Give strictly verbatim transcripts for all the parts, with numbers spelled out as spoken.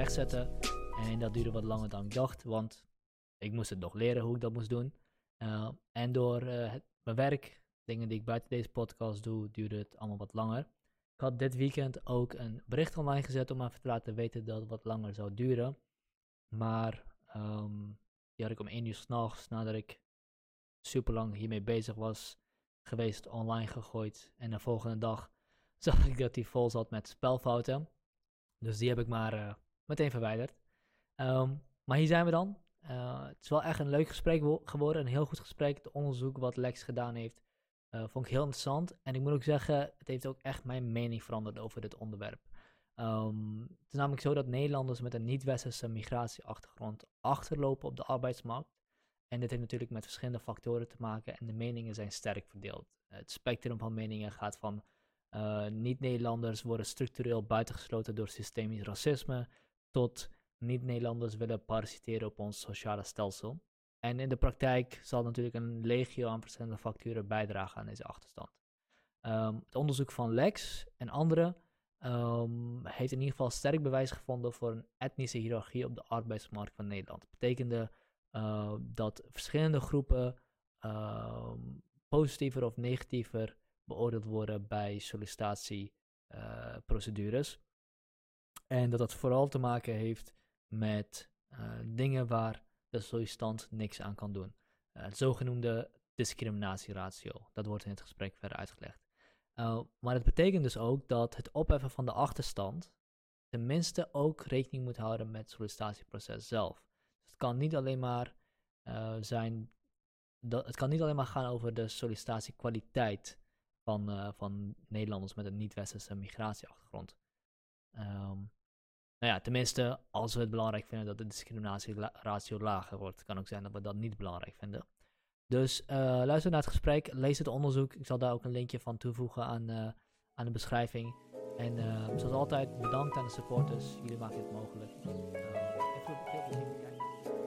rechtzetten. En dat duurde wat langer dan ik dacht, want ik moest het nog leren hoe ik dat moest doen. Uh, en door uh, het, mijn werk, dingen die ik buiten deze podcast doe, duurde het allemaal wat langer. Ik had dit weekend ook een bericht online gezet om even te laten weten dat het wat langer zou duren. Maar um, die had ik om één uur 's nachts, nadat ik super lang hiermee bezig was geweest, online gegooid. En de volgende dag zag ik dat die vol zat met spelfouten. Dus die heb ik maar uh, meteen verwijderd. Um, maar hier zijn we dan. Uh, het is wel echt een leuk gesprek wo- geworden. Een heel goed gesprek. Het onderzoek wat Lex gedaan heeft, uh, vond ik heel interessant. En ik moet ook zeggen, het heeft ook echt mijn mening veranderd over dit onderwerp. Um, het is namelijk zo dat Nederlanders met een niet-westerse migratieachtergrond achterlopen op de arbeidsmarkt. En dit heeft natuurlijk met verschillende factoren te maken en de meningen zijn sterk verdeeld. Het spectrum van meningen gaat van uh, niet-Nederlanders worden structureel buitengesloten door systemisch racisme, tot niet-Nederlanders willen parasiteren op ons sociale stelsel. En in de praktijk zal natuurlijk een legio aan verschillende factoren bijdragen aan deze achterstand. Um, het onderzoek van Lex en anderen um, heeft in ieder geval sterk bewijs gevonden voor een etnische hiërarchie op de arbeidsmarkt van Nederland. Dat betekende uh, dat verschillende groepen uh, positiever of negatiever beoordeeld worden bij sollicitatieprocedures. Uh, en dat dat vooral te maken heeft met uh, dingen waar de sollicitant niks aan kan doen. Uh, het zogenoemde discriminatieratio. Dat wordt in het gesprek verder uitgelegd. Uh, maar het betekent dus ook dat het opheffen van de achterstand tenminste ook rekening moet houden met het sollicitatieproces zelf. Dus het kan niet alleen maar uh, zijn, dat, het kan niet alleen maar gaan over de sollicitatiekwaliteit van, uh, van Nederlanders met een niet-westerse migratieachtergrond. Um, nou ja, tenminste, als we het belangrijk vinden dat de discriminatieratio lager wordt, het kan ook zijn dat we dat niet belangrijk vinden. Dus uh, luister naar het gesprek, lees het onderzoek. Ik zal daar ook een linkje van toevoegen aan, uh, aan de beschrijving. En uh, zoals altijd, bedankt aan de supporters. Jullie maken het mogelijk. Uh, en veel plezier met het kijken.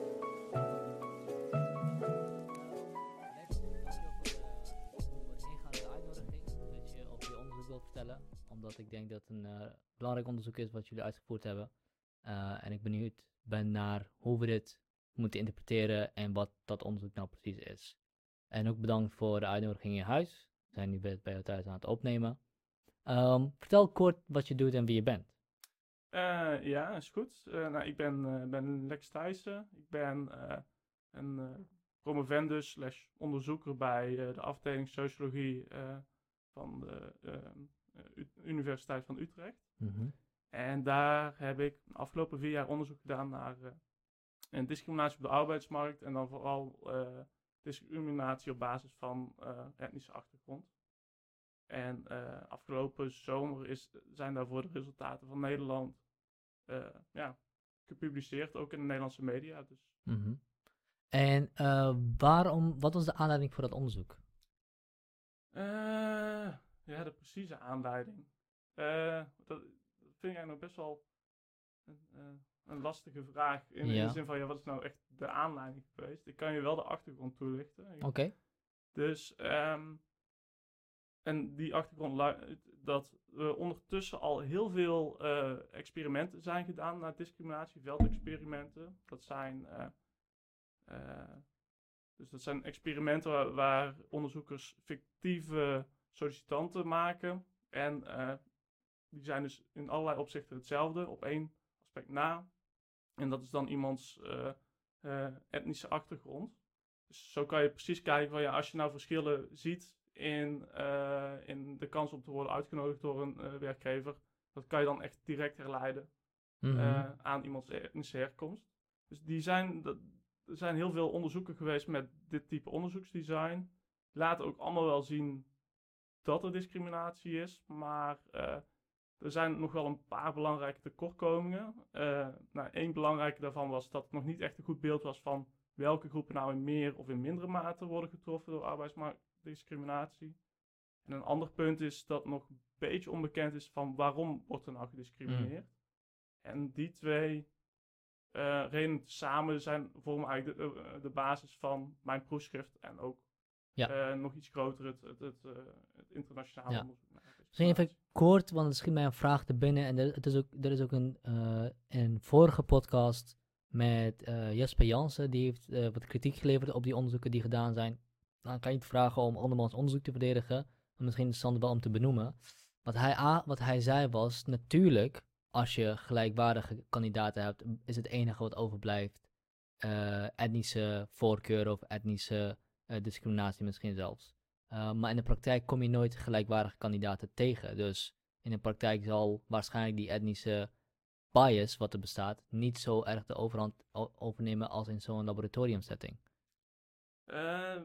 Lex, dankjewel voor de ingaande uitnodiging. Dat je over je onderzoek wilt vertellen. Omdat ik denk dat het een uh, belangrijk onderzoek is wat jullie uitgevoerd hebben. Uh, en ik benieuwd ben naar hoe we dit moeten interpreteren en wat dat onderzoek nou precies is. En ook bedankt voor de uitnodiging in je huis. We zijn nu bij jou thuis aan het opnemen. Um, vertel kort wat je doet en wie je bent. Uh, ja, is goed. Uh, nou, ik ben, uh, ben Lex Thijssen. Ik ben uh, een uh, promovendus slash onderzoeker bij uh, de afdeling Sociologie uh, van de uh, uh, Universiteit van Utrecht. Mm-hmm. En daar heb ik de afgelopen vier jaar onderzoek gedaan naar uh, een discriminatie op de arbeidsmarkt. En dan vooral uh, discriminatie op basis van uh, etnische achtergrond. En uh, afgelopen zomer is, zijn daarvoor de resultaten van Nederland uh, ja, gepubliceerd, ook in de Nederlandse media. Dus. Mm-hmm. En uh, waarom, wat was de aanleiding voor dat onderzoek? Uh, ja, de precieze aanleiding. Uh, dat, dat vind ik eigenlijk nog best wel een, uh, een lastige vraag. In, ja. in de zin van, ja, wat is nou echt de aanleiding geweest? Ik kan je wel de achtergrond toelichten. Oké. Okay. Dus... Um, En die achtergrond luidt dat er ondertussen al heel veel uh, experimenten zijn gedaan naar discriminatie, veldexperimenten. Dat zijn, uh, uh, dus dat zijn experimenten waar, waar onderzoekers fictieve sollicitanten maken. En uh, die zijn dus in allerlei opzichten hetzelfde, op één aspect na. En dat is dan iemands uh, uh, etnische achtergrond. Dus zo kan je precies kijken van ja, als je nou verschillen ziet in, uh, in de kans om te worden uitgenodigd door een uh, werkgever, dat kan je dan echt direct herleiden mm-hmm. uh, aan iemands etnische herkomst. Dus die zijn, dat, er zijn heel veel onderzoeken geweest met dit type onderzoeksdesign. Die laten ook allemaal wel zien dat er discriminatie is, maar uh, er zijn nog wel een paar belangrijke tekortkomingen. Uh, nou, één belangrijke daarvan was dat het nog niet echt een goed beeld was van welke groepen nou in meer of in mindere mate worden getroffen door arbeidsmarktdiscriminatie. En een ander punt is dat nog een beetje onbekend is van waarom wordt er nou gediscrimineerd. Mm. En die twee uh, redenen samen zijn vormen eigenlijk de, uh, de basis van mijn proefschrift en ook ja. uh, nog iets groter het, het, het, uh, het internationale ja. onderzoek. Misschien even kort, want er schiet mij een vraag te binnen. En er, het is ook, er is ook een, uh, een vorige podcast met uh, Jesper Jansen. Die heeft uh, wat kritiek geleverd op die onderzoeken die gedaan zijn. Dan kan je het vragen om andermans onderzoek te verdedigen. Maar misschien interessant wel om te benoemen. Wat hij, a, wat hij zei was, natuurlijk, als je gelijkwaardige kandidaten hebt, is het enige wat overblijft uh, etnische voorkeur of etnische uh, discriminatie misschien zelfs. Uh, maar in de praktijk kom je nooit gelijkwaardige kandidaten tegen. Dus in de praktijk zal waarschijnlijk die etnische bias wat er bestaat niet zo erg de overhand o- overnemen als in zo'n laboratoriumsetting. Uh,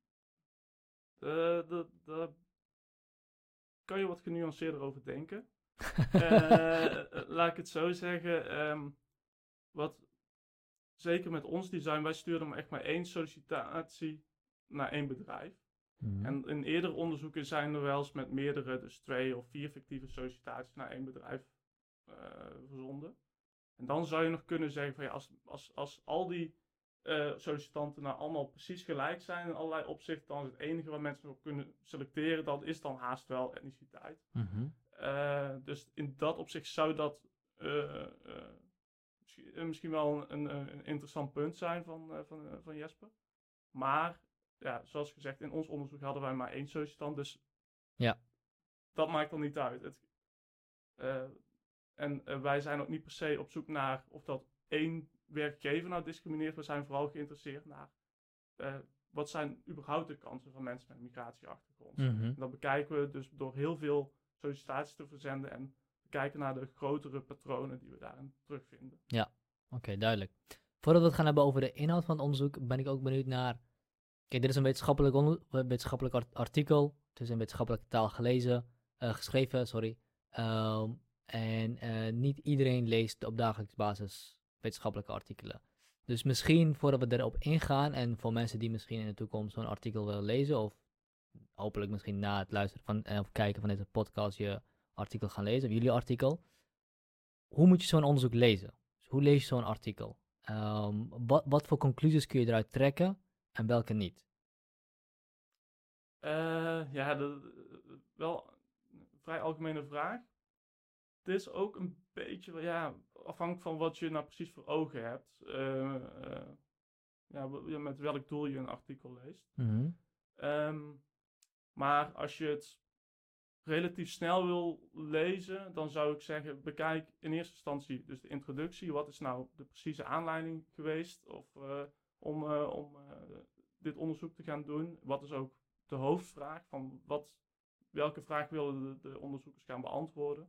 Daar kan je wat genuanceerder over denken. uh, laat ik het zo zeggen. Um, wat zeker met ons design, wij sturen maar echt maar één sollicitatie naar één bedrijf. Mm-hmm. En in eerdere onderzoeken zijn er wel eens met meerdere, dus twee of vier fictieve sollicitaties naar één bedrijf uh, verzonden. En dan zou je nog kunnen zeggen van ja, als, als, als al die uh, sollicitanten nou allemaal precies gelijk zijn in allerlei opzichten, dan is het enige wat mensen nog kunnen selecteren, dat is dan haast wel etniciteit. Mm-hmm. Uh, dus in dat opzicht zou dat uh, uh, misschien, misschien wel een, een, een interessant punt zijn van, uh, van, uh, van Jesper. Maar ja, zoals gezegd, in ons onderzoek hadden wij maar één sollicitant, dus ja. Dat maakt dan niet uit. Het, uh, en uh, wij zijn ook niet per se op zoek naar of dat één werkgever nou discrimineert. We zijn vooral geïnteresseerd naar uh, wat zijn überhaupt de kansen van mensen met een migratieachtergrond. Mm-hmm. En dat bekijken we dus door heel veel sollicitaties te verzenden en kijken naar de grotere patronen die we daarin terugvinden. Ja, oké, okay, duidelijk. Voordat we het gaan hebben over de inhoud van het onderzoek, ben ik ook benieuwd naar... Kijk, dit is een wetenschappelijk, onder- wetenschappelijk art- artikel. Het is in wetenschappelijke taal gelezen, uh, geschreven, sorry. Um, en uh, niet iedereen leest op dagelijks basis wetenschappelijke artikelen. Dus misschien voordat we erop ingaan en voor mensen die misschien in de toekomst zo'n artikel willen lezen, of hopelijk misschien na het luisteren van, uh, of kijken van deze podcast je artikel gaan lezen, of jullie artikel. Hoe moet je zo'n onderzoek lezen? Dus hoe lees je zo'n artikel? Um, wat, wat voor conclusies kun je eruit trekken en welke niet? Uh, ja, dat, wel een vrij algemene vraag. Het is ook een beetje, ja, afhankelijk van wat je nou precies voor ogen hebt. Uh, uh, ja, met welk doel je een artikel leest. Mm-hmm. Um, maar als je het relatief snel wil lezen, dan zou ik zeggen, bekijk in eerste instantie dus de introductie. Wat is nou de precieze aanleiding geweest of, uh, om, uh, om uh, dit onderzoek te gaan doen? Wat is ook de hoofdvraag van wat, welke vraag willen de, de onderzoekers gaan beantwoorden?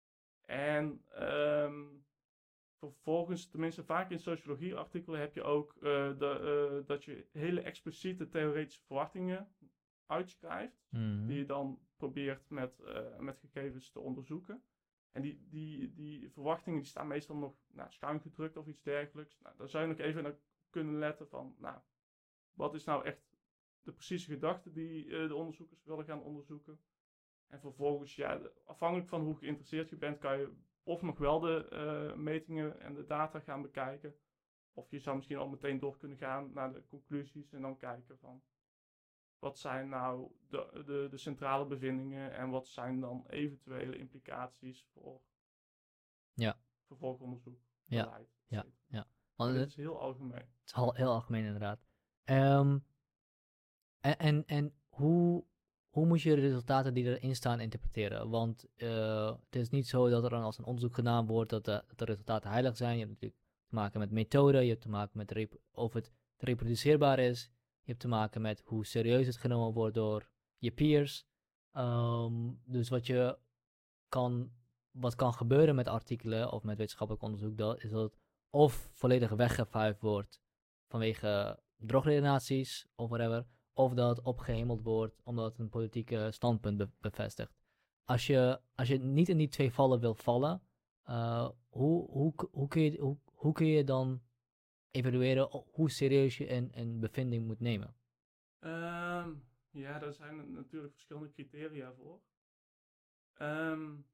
En um, vervolgens, tenminste vaak in sociologieartikelen heb je ook uh, de, uh, dat je hele expliciete theoretische verwachtingen uitschrijft, mm-hmm. die je dan probeert met, uh, met gegevens te onderzoeken. En die, die, die verwachtingen die staan meestal nog nou, schuin gedrukt of iets dergelijks. Nou, daar zou je nog even naar kunnen letten van, nou, wat is nou echt de precieze gedachte die uh, de onderzoekers willen gaan onderzoeken. En vervolgens, ja, de, afhankelijk van hoe geïnteresseerd je bent, kan je of nog wel de uh, metingen en de data gaan bekijken. Of je zou misschien al meteen door kunnen gaan naar de conclusies en dan kijken van, wat zijn nou de, de, de centrale bevindingen en wat zijn dan eventuele implicaties voor ja. vervolgonderzoek, ja. beleid. Ja, ja. Want dit is heel algemeen. Het is al, heel algemeen inderdaad. Um, en en, en hoe, hoe moet je de resultaten die erin staan interpreteren? Want uh, het is niet zo dat er dan als een onderzoek gedaan wordt dat de, dat de resultaten heilig zijn. Je hebt natuurlijk te maken met methode, je hebt te maken met rep- of het reproduceerbaar is. Je hebt te maken met hoe serieus het genomen wordt door je peers. Um, dus wat je kan, wat kan gebeuren met artikelen of met wetenschappelijk onderzoek, dat is dat het of volledig weggevuifd wordt vanwege drogredenaties of whatever, of dat het opgehemeld wordt omdat het een politieke standpunt be- bevestigt. Als je, als je niet in die twee vallen wil vallen, uh, hoe, hoe, hoe, kun je, hoe, hoe kun je dan evalueren hoe serieus je een, een bevinding moet nemen? Um, ja, daar zijn natuurlijk verschillende criteria voor. Um,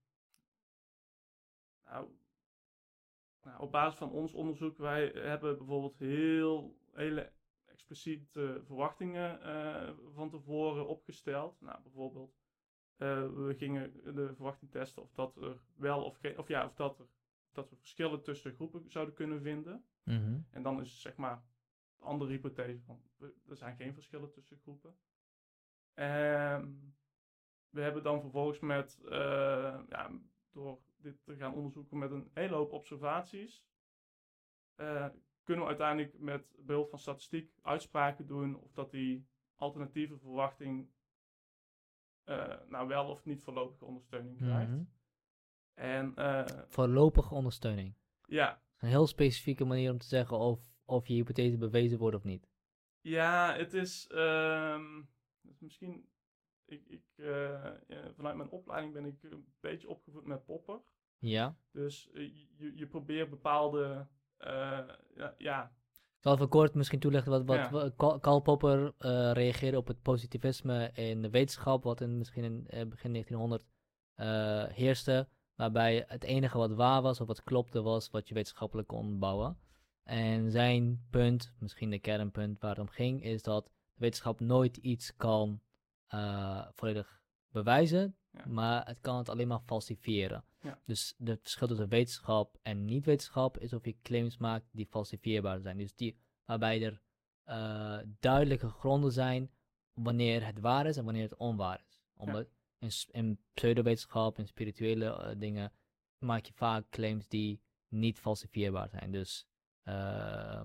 nou, nou, op basis van ons onderzoek, wij hebben bijvoorbeeld heel, hele expliciete verwachtingen uh, van tevoren opgesteld. Nou, bijvoorbeeld Uh, we gingen de verwachting testen of dat er wel of geen, of ja, of dat, er, dat we verschillen tussen groepen zouden kunnen vinden. Mm-hmm. En dan is zeg maar de andere hypothese van er zijn geen verschillen tussen groepen. Um, we hebben dan vervolgens met uh, ja, door dit te gaan onderzoeken met een hele hoop observaties, uh, kunnen we uiteindelijk met behulp van statistiek uitspraken doen of dat die alternatieve verwachting uh, nou wel of niet voorlopige ondersteuning krijgt. Mm-hmm. En, uh, voorlopige ondersteuning. Ja. Een heel specifieke manier om te zeggen of, of je hypothese bewezen wordt of niet. Ja, het is, um, het is misschien... Ik, ik, uh, ja, vanuit mijn opleiding ben ik een beetje opgevoed met Popper. Ja. Dus uh, je, je probeert bepaalde... Uh, ja, ja. Ik zal even kort misschien toelichten wat, wat ja. Karl Popper uh, reageerde op het positivisme in de wetenschap, wat in misschien in uh, begin negentienhonderd uh, heerste, waarbij het enige wat waar was of wat klopte was wat je wetenschappelijk kon bouwen. En zijn punt, misschien de kernpunt waar het om ging, is dat de wetenschap nooit iets kan uh, volledig bewijzen, ja. maar het kan het alleen maar falsifiëren. Ja. Dus het verschil tussen wetenschap en niet-wetenschap is of je claims maakt die falsifieerbaar zijn. Dus die waarbij er uh, duidelijke gronden zijn wanneer het waar is en wanneer het onwaar is. Omdat ja. in, in pseudowetenschap en spirituele uh, dingen maak je vaak claims die niet falsifieerbaar zijn. Dus uh,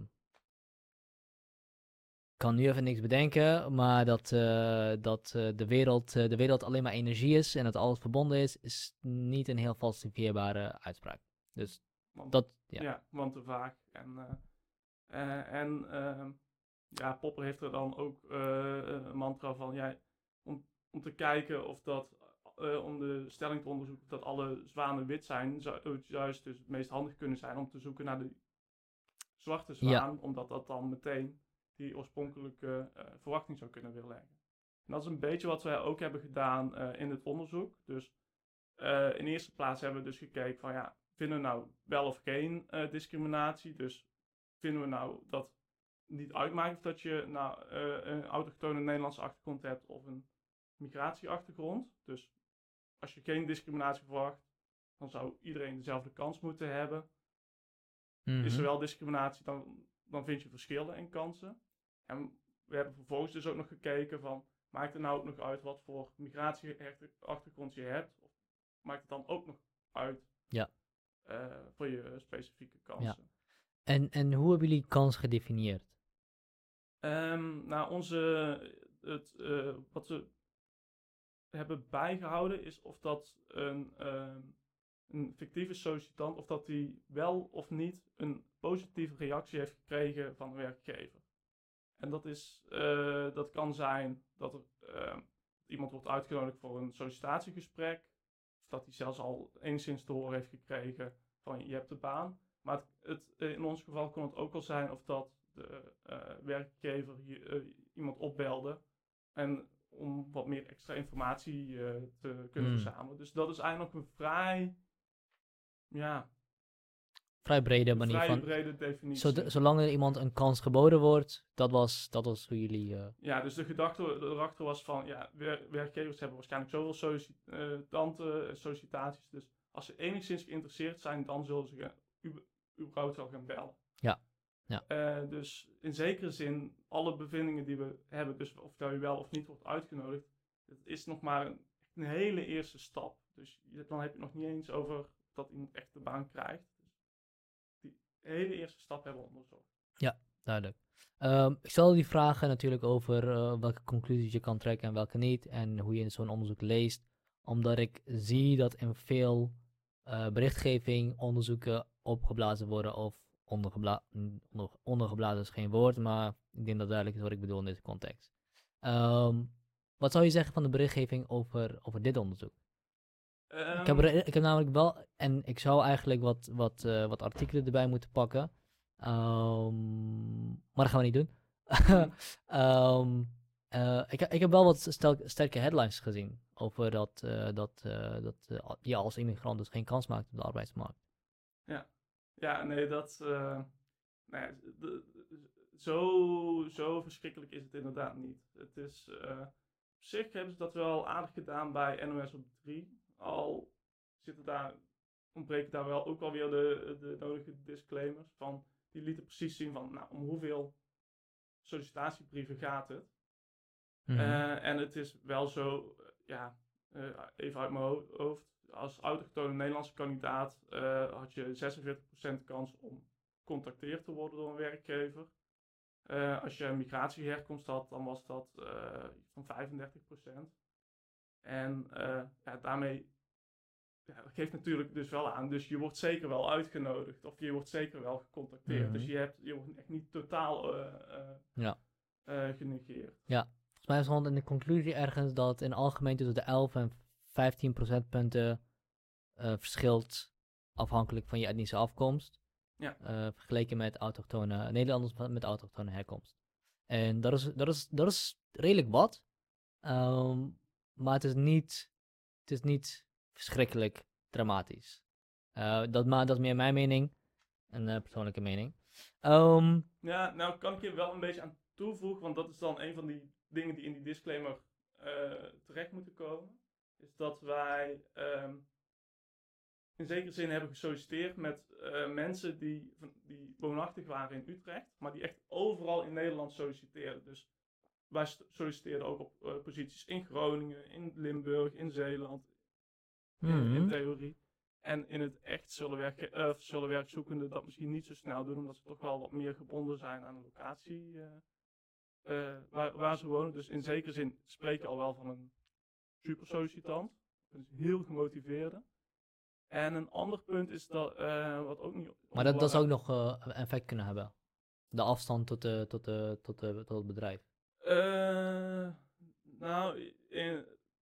ik kan nu even niks bedenken, maar dat, uh, dat uh, de, wereld, uh, de wereld alleen maar energie is en dat alles verbonden is, is niet een heel falsifieerbare uitspraak. Dus want, dat, ja. Ja, want te vaak. En, uh, uh, en uh, ja, Popper heeft er dan ook uh, een mantra van, ja, om, om te kijken of dat, uh, om de stelling te onderzoeken dat alle zwanen wit zijn, zou het juist dus het meest handig kunnen zijn om te zoeken naar de zwarte zwaan, ja. omdat dat dan meteen die oorspronkelijke uh, verwachting zou kunnen weerleggen. En dat is een beetje wat wij ook hebben gedaan uh, in het onderzoek. Dus uh, in eerste plaats hebben we dus gekeken van ja, vinden we nou wel of geen uh, discriminatie? Dus vinden we nou dat het niet uitmaakt of dat je nou uh, een autochtone Nederlandse achtergrond hebt of een migratieachtergrond. Dus als je geen discriminatie verwacht, dan zou iedereen dezelfde kans moeten hebben. Mm-hmm. Is er wel discriminatie, dan, dan vind je verschillen in kansen. En we hebben vervolgens dus ook nog gekeken van, maakt het nou ook nog uit wat voor migratieachtergrond je hebt? Of maakt het dan ook nog uit ja. uh, voor je specifieke kansen? Ja. En, en hoe hebben jullie kans gedefinieerd? Um, nou, onze, het, uh, wat we hebben bijgehouden is of dat een, uh, een fictieve sollicitant, of dat die wel of niet een positieve reactie heeft gekregen van een werkgever. En dat, is, uh, dat kan zijn dat er uh, iemand wordt uitgenodigd voor een sollicitatiegesprek. Of dat hij zelfs al enigszins te horen heeft gekregen van je hebt de baan. Maar het, het, in ons geval kon het ook al zijn of dat de uh, werkgever hier, uh, iemand opbelde. En om wat meer extra informatie uh, te kunnen mm. verzamelen. Dus dat is eigenlijk nog een vrij... Ja... Vrij brede manier vrij van... brede definitie. Zod- zolang er iemand een kans geboden wordt, dat was, dat was hoe jullie... Uh... Ja, dus de gedachte erachter was van, ja, wer- werkgevers hebben waarschijnlijk zoveel sollicitanten, uh, sollicitaties. Dus als ze enigszins geïnteresseerd zijn, dan zullen ze u- überhaupt wel gaan bellen. Ja. ja. Uh, dus in zekere zin, alle bevindingen die we hebben, dus of dat u wel of niet wordt uitgenodigd, het is nog maar een, een hele eerste stap. Dus dan heb je het nog niet eens over dat iemand echt de baan krijgt. De hele eerste stap hebben we onderzocht. Ja, duidelijk. Um, ik stel die vragen natuurlijk over uh, welke conclusies je kan trekken en welke niet. En hoe je zo'n onderzoek leest. Omdat ik zie dat in veel uh, berichtgeving onderzoeken opgeblazen worden. Of ondergebla- onder, ondergeblazen is geen woord. Maar ik denk dat duidelijk is wat ik bedoel in deze context. Um, wat zou je zeggen van de berichtgeving over, over dit onderzoek? Um, ik, heb er, ik heb namelijk wel, en ik zou eigenlijk wat, wat, uh, wat artikelen erbij moeten pakken. Um, maar dat gaan we niet doen. um, uh, ik, ik heb wel wat stel, sterke headlines gezien over dat, uh, dat, uh, dat uh, je als immigrant dus geen kans maakt op de arbeidsmarkt. Ja, ja nee, dat... Uh, nee, de, de, zo, zo verschrikkelijk is het inderdaad niet. Het is... Uh, zich hebben ze dat wel aardig gedaan bij N O S op drie. Al zitten daar, ontbreken daar wel ook alweer de, de nodige disclaimers van. Die lieten precies zien van, nou, om hoeveel sollicitatiebrieven gaat het. Mhm. Uh, en het is wel zo, uh, ja, uh, even uit mijn ho- hoofd. Als autochtone Nederlandse kandidaat uh, had je zesenveertig procent kans om gecontacteerd te worden door een werkgever. Uh, als je een migratieherkomst had, dan was dat uh, van vijfendertig procent. En uh, ja, daarmee ja, dat geeft natuurlijk dus wel aan. Dus je wordt zeker wel uitgenodigd of je wordt zeker wel gecontacteerd. Mm-hmm. Dus je, hebt, je wordt echt niet totaal uh, uh, ja. uh, genegeerd. Ja, volgens mij stond in de conclusie ergens dat in algemeen tussen de elf en vijftien procentpunten uh, verschilt afhankelijk van je etnische afkomst. Ja. Uh, vergeleken met autochtone Nederlanders met autochtone herkomst. En dat is, dat is, dat is redelijk wat. Um, maar het is niet, het is niet verschrikkelijk dramatisch. Uh, dat, maar dat is meer mijn mening. Een uh, persoonlijke mening. Um, ja, nou kan ik je wel een beetje aan toevoegen. Want dat is dan een van die dingen die in die disclaimer uh, terecht moeten komen. Is dat wij um, in zekere zin hebben gesolliciteerd met uh, mensen die, die woonachtig waren in Utrecht. Maar die echt overal in Nederland solliciteerden. Dus wij solliciteerden ook op uh, posities in Groningen, in Limburg, in Zeeland. mm-hmm. in, in theorie. En in het echt zullen, werk, uh, zullen werkzoekenden dat misschien niet zo snel doen. Omdat ze toch wel wat meer gebonden zijn aan de locatie uh, uh, waar, waar ze wonen. Dus in zekere zin spreek je al wel van een super sollicitant. Dus heel gemotiveerde. En een ander punt is dat, uh, wat ook niet... Maar dat, dat zou ook nog uh, een effect kunnen hebben. De afstand tot, de, tot, de, tot, de, tot het bedrijf. Uh, nou, in,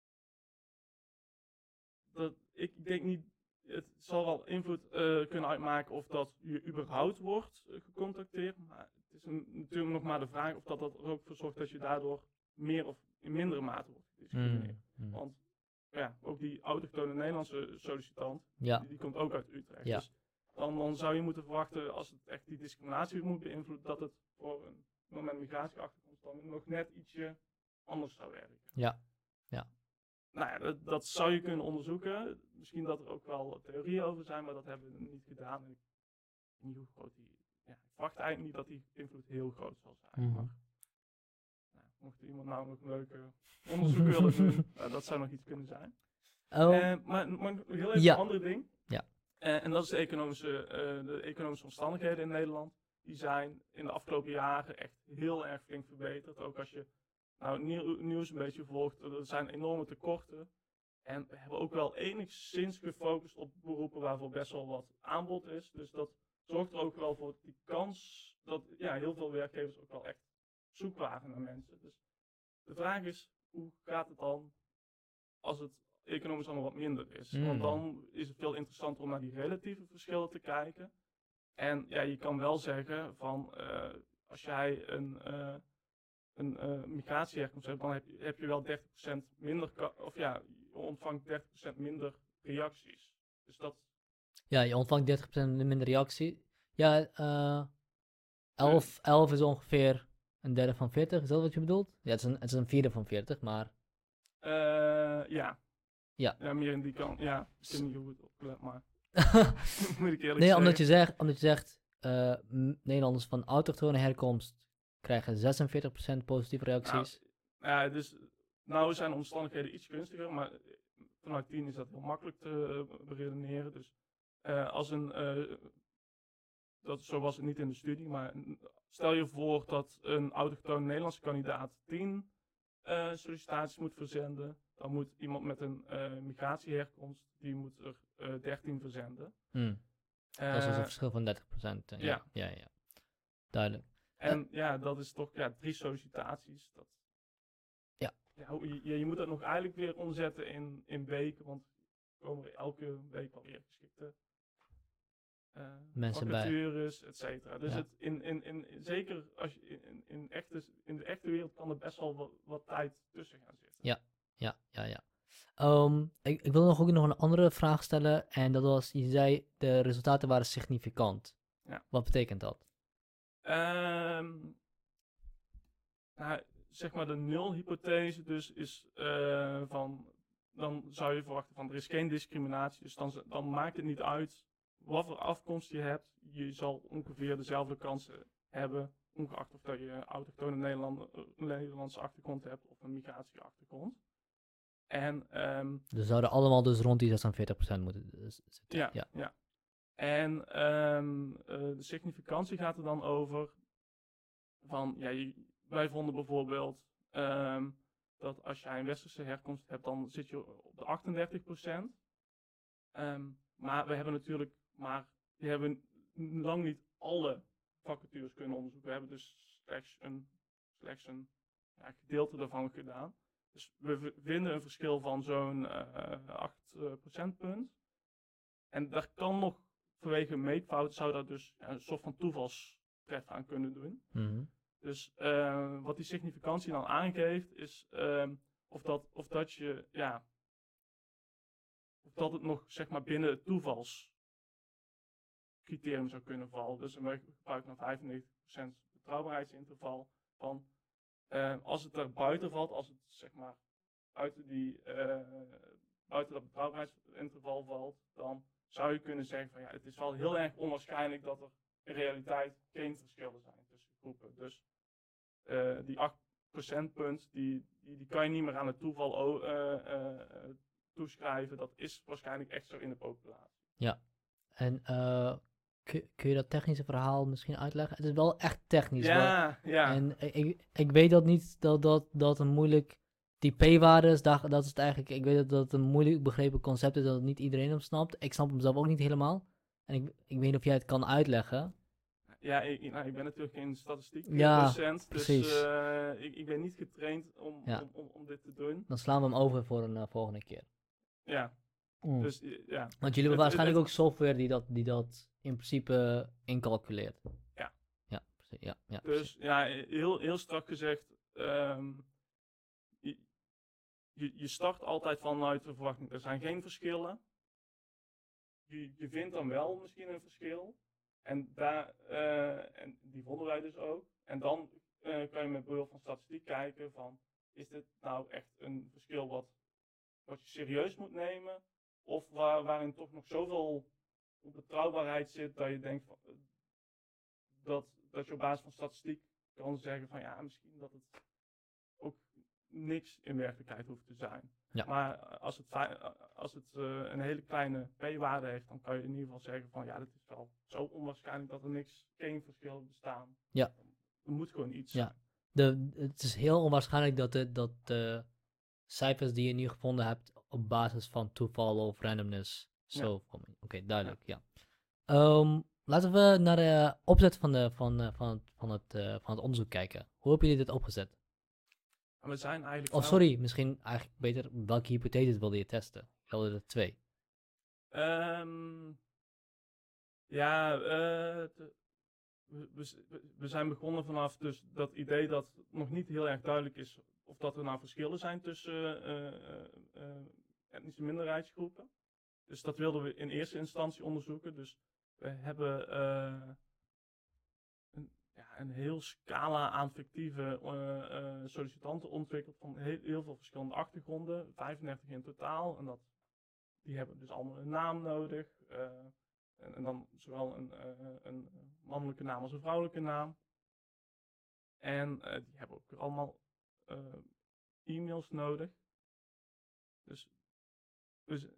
dat, ik denk niet... Het zal wel invloed uh, kunnen uitmaken of dat je überhaupt wordt uh, gecontacteerd. Maar het is een, natuurlijk nog maar de vraag of dat, dat er ook voor zorgt dat je daardoor meer of in mindere mate wordt gediscrimineerd. Mm, mm. Want ja, ook die autochtone Nederlandse sollicitant, ja. die, die komt ook uit Utrecht. Ja. Dus dan, dan zou je moeten verwachten, als het echt die discriminatie moet beïnvloeden, dat het voor een iemand met migratieachtergrond dan nog net ietsje anders zou werken. Ja, ja. Nou ja, dat, dat zou je kunnen onderzoeken. Misschien dat er ook wel theorieën over zijn, maar dat hebben we niet gedaan. En ik weet niet hoe groot die... Ja, ik verwacht eigenlijk niet dat die invloed heel groot zal zijn. Mm-hmm. Maar nou, mocht iemand nou nog een leuke onderzoek willen doen, nou, dat zou nog iets kunnen zijn. Oh. Uh, maar, maar heel even ja. een ander ding. Ja. Uh, en dat is de economische, uh, de economische omstandigheden in Nederland. Die zijn in de afgelopen jaren echt heel erg flink verbeterd. Ook als je nou, nieuw, nieuws een beetje volgt, er zijn enorme tekorten. En we hebben ook wel enigszins gefocust op beroepen waarvoor best wel wat aanbod is. Dus dat zorgt er ook wel voor die kans dat ja, heel veel werkgevers ook wel echt zoek waren naar mensen. Dus de vraag is, hoe gaat het dan als het economisch allemaal wat minder is? Mm. Want dan is het veel interessanter om naar die relatieve verschillen te kijken. En ja, je kan wel zeggen van, uh, als jij een... Uh, een uh, migratieherkomst hebt, dan heb je, heb je wel dertig procent minder, ka- of ja, je ontvangt dertig procent minder reacties. Dus dat... Ja, je ontvangt dertig procent minder reactie. Ja, uh, elf, elf is ongeveer een derde van veertig, is dat wat je bedoelt? Ja, het is een, het is een vierde van veertig, maar... Uh, ja. ja. Ja, meer in die kant, ja. Ik weet niet hoe het opgelet, maar... Moet ik eerlijk nee, zeggen. omdat je zegt, omdat je zegt uh, Nederlanders van autochtone herkomst krijgen zesenveertig procent positieve reacties. Nou, ja, dus nou zijn de omstandigheden iets gunstiger, maar vanuit tien is dat heel makkelijk te uh, beredeneren. Dus uh, als een, uh, dat, zo was het niet in de studie, maar stel je voor dat een autochtone Nederlandse kandidaat tien uh, sollicitaties moet verzenden, dan moet iemand met een uh, migratieherkomst, die moet er uh, dertien verzenden. Hmm. Uh, dat is dus een verschil van dertig procent. Uh, ja. Ja, ja, ja. Duidelijk. En uh, ja, dat is toch ja, drie sollicitaties. Dat, ja. Ja, je, je moet dat nog eigenlijk weer omzetten in, in weken, want er komen er elke week wel weer geschikte uh, mensen vacatures, et cetera. Dus ja. het in, in, in, in, zeker als je in, in, echte, in de echte wereld kan er best wel wat, wat tijd tussen gaan zitten. Ja, ja, ja, ja. Um, ik, ik wil nog ook nog een andere vraag stellen. En dat was, je zei, de resultaten waren significant. Ja. Wat betekent dat? Um, nou, zeg maar de nulhypothese dus is uh, van, dan zou je verwachten van er is geen discriminatie, dus dan, dan maakt het niet uit wat voor afkomst je hebt, je zal ongeveer dezelfde kansen hebben, ongeacht of dat je autochtone Nederland, Nederlandse achtergrond hebt of een migratieachtergrond. En, um, we zouden allemaal dus rond die zesenveertig procent moeten zitten. Ja, ja. ja. En um, uh, de significantie gaat er dan over van, ja, je, wij vonden bijvoorbeeld um, dat als jij een westerse herkomst hebt, dan zit je op de achtendertig procent. Um, maar we hebben natuurlijk, maar we hebben lang niet alle vacatures kunnen onderzoeken. We hebben dus slechts een, slechts een ja, gedeelte daarvan gedaan. Dus we vinden een verschil van zo'n uh, acht procentpunt. En daar kan nog vanwege een meetfout zou daar dus ja, een soort van toevalstref aan kunnen doen. Mm-hmm. Dus uh, wat die significantie dan aangeeft is uh, of, dat, of dat je, ja, of dat het nog zeg maar binnen het toevalscriterium zou kunnen vallen. Dus we gebruiken dan vijfennegentig procent betrouwbaarheidsinterval van uh, als het er buiten valt, als het zeg maar buiten, die, uh, buiten dat betrouwbaarheidsinterval valt, dan zou je kunnen zeggen van ja, het is wel heel erg onwaarschijnlijk dat er in realiteit geen verschillen zijn tussen groepen. Dus uh, die acht procentpunt, die, die, die kan je niet meer aan het toeval uh, uh, toeschrijven. Dat is waarschijnlijk echt zo in de populatie. Ja, en uh, kun, kun je dat technische verhaal misschien uitleggen? Het is wel echt technisch. Ja, wel. ja. En ik, ik weet dat niet, dat dat, dat een moeilijk... Die p-waardes, dat, dat is het eigenlijk... Ik weet dat dat een moeilijk begrepen concept is, dat het niet iedereen hem snapt. Ik snap hem zelf ook niet helemaal. En ik, ik weet niet of jij het kan uitleggen. Ja, ik, nou, ik ben natuurlijk geen statistiek ja, docent, dus uh, ik, ik ben niet getraind om, ja. om, om, om dit te doen. Dan slaan we hem over voor een uh, volgende keer. Ja. Mm. Dus, ja. Want jullie hebben waarschijnlijk het, het, ook software die dat, die dat in principe incalculeert. Ja. Ja, precies. Ja, ja, dus precies. ja, heel, heel strak gezegd, um, je, je, je start altijd vanuit de verwachting. Er zijn geen verschillen. Je, je vindt dan wel misschien een verschil. En, daar, uh, en die vonden wij dus ook. En dan uh, kan je met behulp van statistiek kijken van, is dit nou echt een verschil wat, wat je serieus moet nemen? Of waar, waarin toch nog zoveel onbetrouwbaarheid zit dat je denkt van, uh, dat, dat je op basis van statistiek kan zeggen van ja, misschien dat het ook niks in werkelijkheid hoeft te zijn. Ja. Maar als het, als het uh, een hele kleine p-waarde heeft, dan kan je in ieder geval zeggen van ja, dat is wel zo onwaarschijnlijk dat er niks, geen verschil bestaan. Ja. Er moet gewoon iets ja. zijn. De, het is heel onwaarschijnlijk dat de, dat de cijfers die je nu gevonden hebt op basis van toeval of randomness zo komen. Oké, okay, duidelijk, ja. ja. Um, laten we naar de opzet van, de, van, uh, van, het, van, het, uh, van het onderzoek kijken. Hoe hebben jullie dit opgezet? We zijn eigenlijk oh, sorry, misschien eigenlijk beter, welke hypotheses wilde je testen? Je wilde er twee. Um, ja, uh, de, we, we, we zijn begonnen vanaf dus dat idee dat nog niet heel erg duidelijk is of dat er nou verschillen zijn tussen uh, uh, uh, etnische minderheidsgroepen. Dus dat wilden we in eerste instantie onderzoeken. Dus we hebben uh, een, ja, een heel scala aan fictieve uh, uh, sollicitanten ontwikkeld van heel, heel veel verschillende achtergronden, vijfendertig in totaal. En dat, die hebben dus allemaal een naam nodig. Uh, en, en dan zowel een, uh, een mannelijke naam als een vrouwelijke naam. En uh, die hebben ook allemaal uh, e-mails nodig. Dus, dus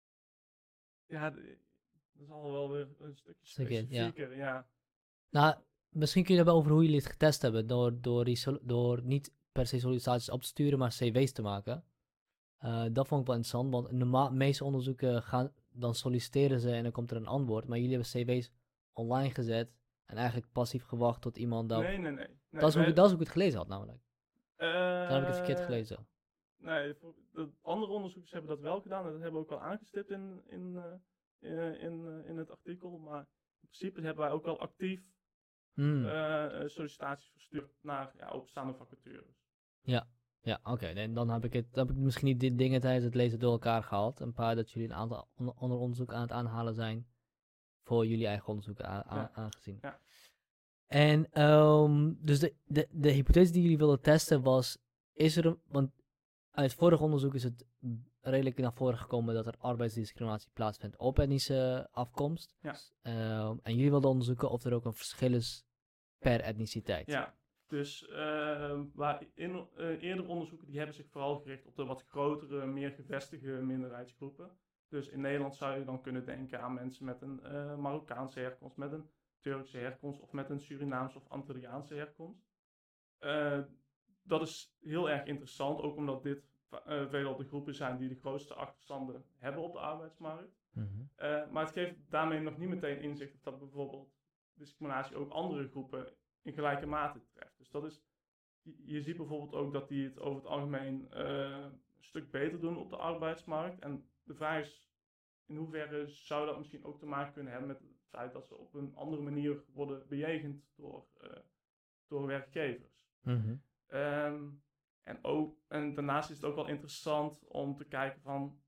ja, dat is al wel weer een stukje specifieker, ja. ja. Nou, misschien kun je hebben over hoe jullie het getest hebben, door, door, die sol- door niet per se sollicitaties op te sturen, maar cv's te maken. Uh, dat vond ik wel interessant, want in de ma- meeste onderzoeken gaan, dan solliciteren ze en dan komt er een antwoord, maar jullie hebben cv's online gezet en eigenlijk passief gewacht tot iemand dat... Nee, nee, nee. nee dat, is hoe, wij... dat is hoe ik het gelezen had, namelijk. Uh, Dan heb ik het verkeerd gelezen. Nee, de andere onderzoekers hebben dat wel gedaan en dat hebben we ook wel aangestipt in, in, uh, in, in, uh, in het artikel, maar in principe hebben wij ook wel actief Hmm. uh, sollicitaties verstuurd naar ja, openstaande vacatures. Ja, ja oké. Okay. En dan heb ik, het, dan heb ik misschien niet die dingen tijdens het lezen door elkaar gehaald. Een paar dat jullie een aantal onder, onder onderzoek aan het aanhalen zijn voor jullie eigen onderzoek a- a- ja. aangezien. Ja. En um, dus de, de, de hypothese die jullie wilden testen was, is er een, want uit vorig onderzoek is het redelijk naar voren gekomen dat er arbeidsdiscriminatie plaatsvindt op etnische afkomst. Ja. Um, en jullie wilden onderzoeken of er ook een verschil is per etniciteit. Ja, dus uh, waar in, uh, eerder onderzoeken die hebben zich vooral gericht op de wat grotere, meer gevestigde minderheidsgroepen. Dus in Nederland zou je dan kunnen denken aan mensen met een uh, Marokkaanse herkomst, met een Turkse herkomst of met een Surinaamse of Antilliaanse herkomst. Uh, dat is heel erg interessant, ook omdat dit uh, veelal de groepen zijn die de grootste achterstanden hebben op de arbeidsmarkt. Mm-hmm. Uh, maar het geeft daarmee nog niet meteen inzicht of dat bijvoorbeeld discriminatie ook andere groepen in gelijke mate treft. Dus dat is, je, je ziet bijvoorbeeld ook dat die het over het algemeen uh, een stuk beter doen op de arbeidsmarkt. En de vraag is, in hoeverre zou dat misschien ook te maken kunnen hebben met het feit dat ze op een andere manier worden bejegend door, uh, door werkgevers. Mm-hmm. Um, en, ook, en daarnaast is het ook wel interessant om te kijken van,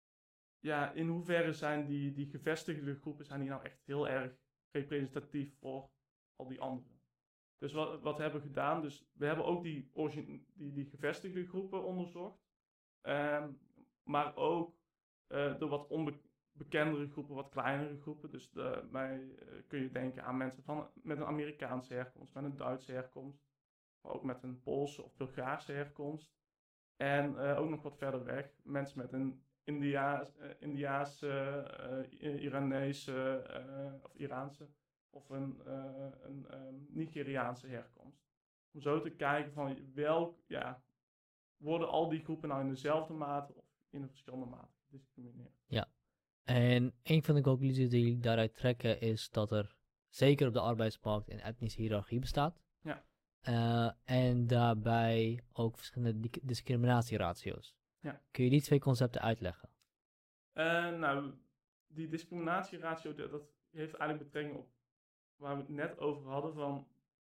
ja, in hoeverre zijn die, die gevestigde groepen, zijn die nou echt heel erg representatief voor al die anderen. Dus wat, wat hebben we gedaan? Dus we hebben ook die, origine, die, die gevestigde groepen onderzocht. Um, maar ook uh, de wat onbekendere groepen, wat kleinere groepen. Dus de, bij, uh, kun je denken aan mensen van, met een Amerikaanse herkomst, met een Duitse herkomst. Maar ook met een Poolse of Bulgaarse herkomst. En uh, ook nog wat verder weg, mensen met een Indiaas, uh, Indiaanse, uh, Iranese uh, of Iraanse of een, uh, een um, Nigeriaanse herkomst. Om zo te kijken van welk, ja, worden al die groepen nou in dezelfde mate of in een verschillende mate gediscrimineerd? Ja, en een van de conclusies die ik daaruit trekken is dat er zeker op de arbeidsmarkt een etnische hiërarchie bestaat. Ja. Uh, en daarbij ook verschillende di- discriminatieratio's. Ja. Kun je die twee concepten uitleggen? Uh, nou, die discriminatieratio, dat, dat heeft eigenlijk betrekking op waar we het net over hadden, van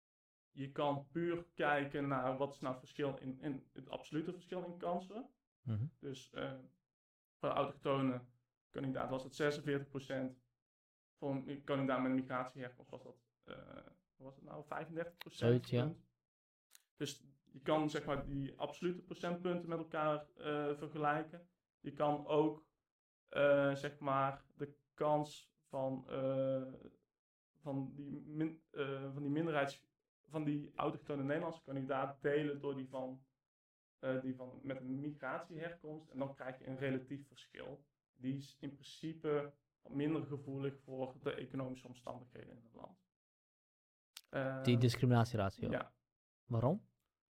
je kan puur kijken naar wat is nou het verschil in, in het absolute verschil in kansen. Mm-hmm. Dus uh, voor de autochtone kandidaat was het zesenveertig procent, voor een kandidaat met een migratieherkomst was dat, uh, wat was het nou, vijfendertig procent. Zoiets, ja. Dus je kan zeg maar die absolute procentpunten met elkaar uh, vergelijken. Je kan ook uh, zeg maar de kans van, uh, van, die, min, uh, van die minderheids, van die autochtone Nederlandse kandidaat delen door die van, uh, die van met een migratieherkomst. En dan krijg je een relatief verschil. Die is in principe minder gevoelig voor de economische omstandigheden in het land. Uh, die discriminatieratio? Ja. Waarom?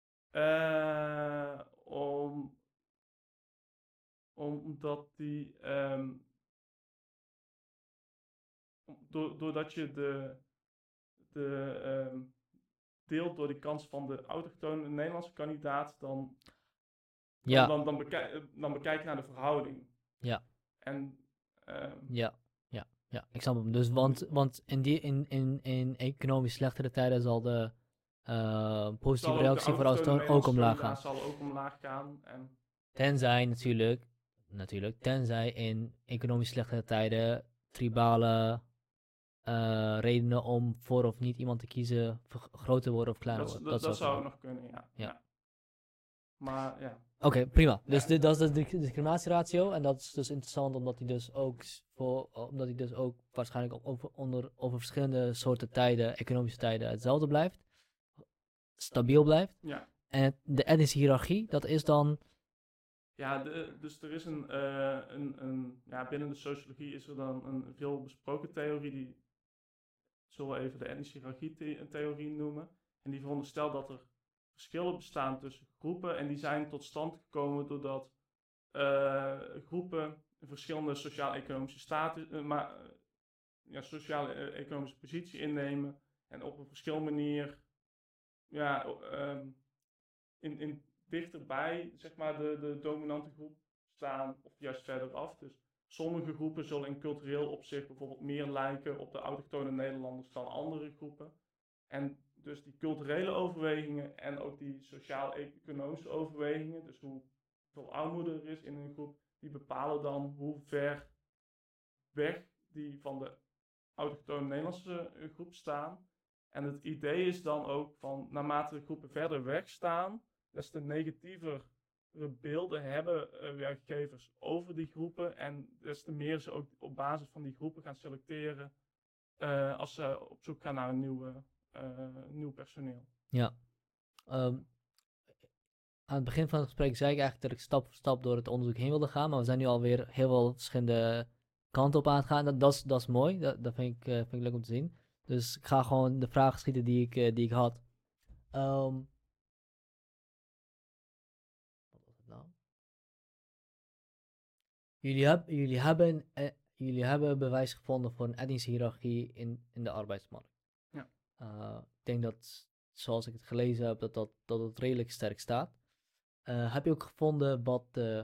Uh, om, omdat die, um, do, doordat je de, de um, deelt door de kans van de autochtone Nederlandse kandidaat, dan, ja. dan, dan, dan, bekijk, dan bekijk je naar de verhouding. Ja. En, um, ja, ja, ja, ik snap hem. Dus, want, want in, die, in, in, in economisch slechtere tijden zal de Uh, positieve reactie voor autochtone ook omlaag gaan. zal ook omlaag gaan. En tenzij natuurlijk, natuurlijk, tenzij in economisch slechtere tijden tribale uh, redenen om voor of niet iemand te kiezen groter worden of kleiner dat, worden. Dat, dat, dat zou kunnen. nog kunnen, ja. ja. ja. Maar ja. Oké, okay, prima. Dus ja. de, dat is de discriminatieratio en dat is dus interessant omdat hij dus ook voor, omdat hij dus ook waarschijnlijk over, onder, over verschillende soorten tijden, economische tijden, hetzelfde blijft. Stabiel blijft. Ja. En de etnische hiërarchie, dat is dan... Ja, de, dus er is een, uh, een, een... Ja, binnen de sociologie is er dan een veel besproken theorie, die zullen we even de etnische hiërarchie-theorie noemen. En die veronderstelt dat er verschillen bestaan tussen groepen en die zijn tot stand gekomen doordat uh, groepen een verschillende sociaal-economische status, uh, maar, uh, ja, sociaal-economische positie innemen en op een verschillende manier ja, um, in, in dichterbij zeg maar, de, de dominante groep staan of juist verder af. Dus sommige groepen zullen in cultureel opzicht bijvoorbeeld meer lijken op de autochtone Nederlanders dan andere groepen. En dus die culturele overwegingen en ook die sociaal-economische overwegingen, dus hoeveel armoede er is in een groep, die bepalen dan hoe ver weg die van de autochtone Nederlandse groep staan. En het idee is dan ook van, naarmate de groepen verder weg staan, des te negatiever beelden hebben uh, werkgevers over die groepen. En des te meer ze ook op basis van die groepen gaan selecteren uh, als ze op zoek gaan naar een nieuwe, uh, nieuw personeel. Ja. Um, aan het begin van het gesprek zei ik eigenlijk dat ik stap voor stap door het onderzoek heen wilde gaan. Maar we zijn nu alweer heel veel verschillende kanten op aan het gaan. Dat, dat, is, dat is mooi. Dat, dat vind, ik, uh, vind ik leuk om te zien. Dus ik ga gewoon de vragen schieten die ik, uh, die ik had. Um, wat was het nou? Jullie, heb, jullie, hebben, uh, jullie hebben bewijs gevonden voor een etnische hiërarchie in, in de arbeidsmarkt. Ja. Uh, ik denk dat, zoals ik het gelezen heb, dat, dat, dat het redelijk sterk staat. Uh, heb je ook gevonden wat de,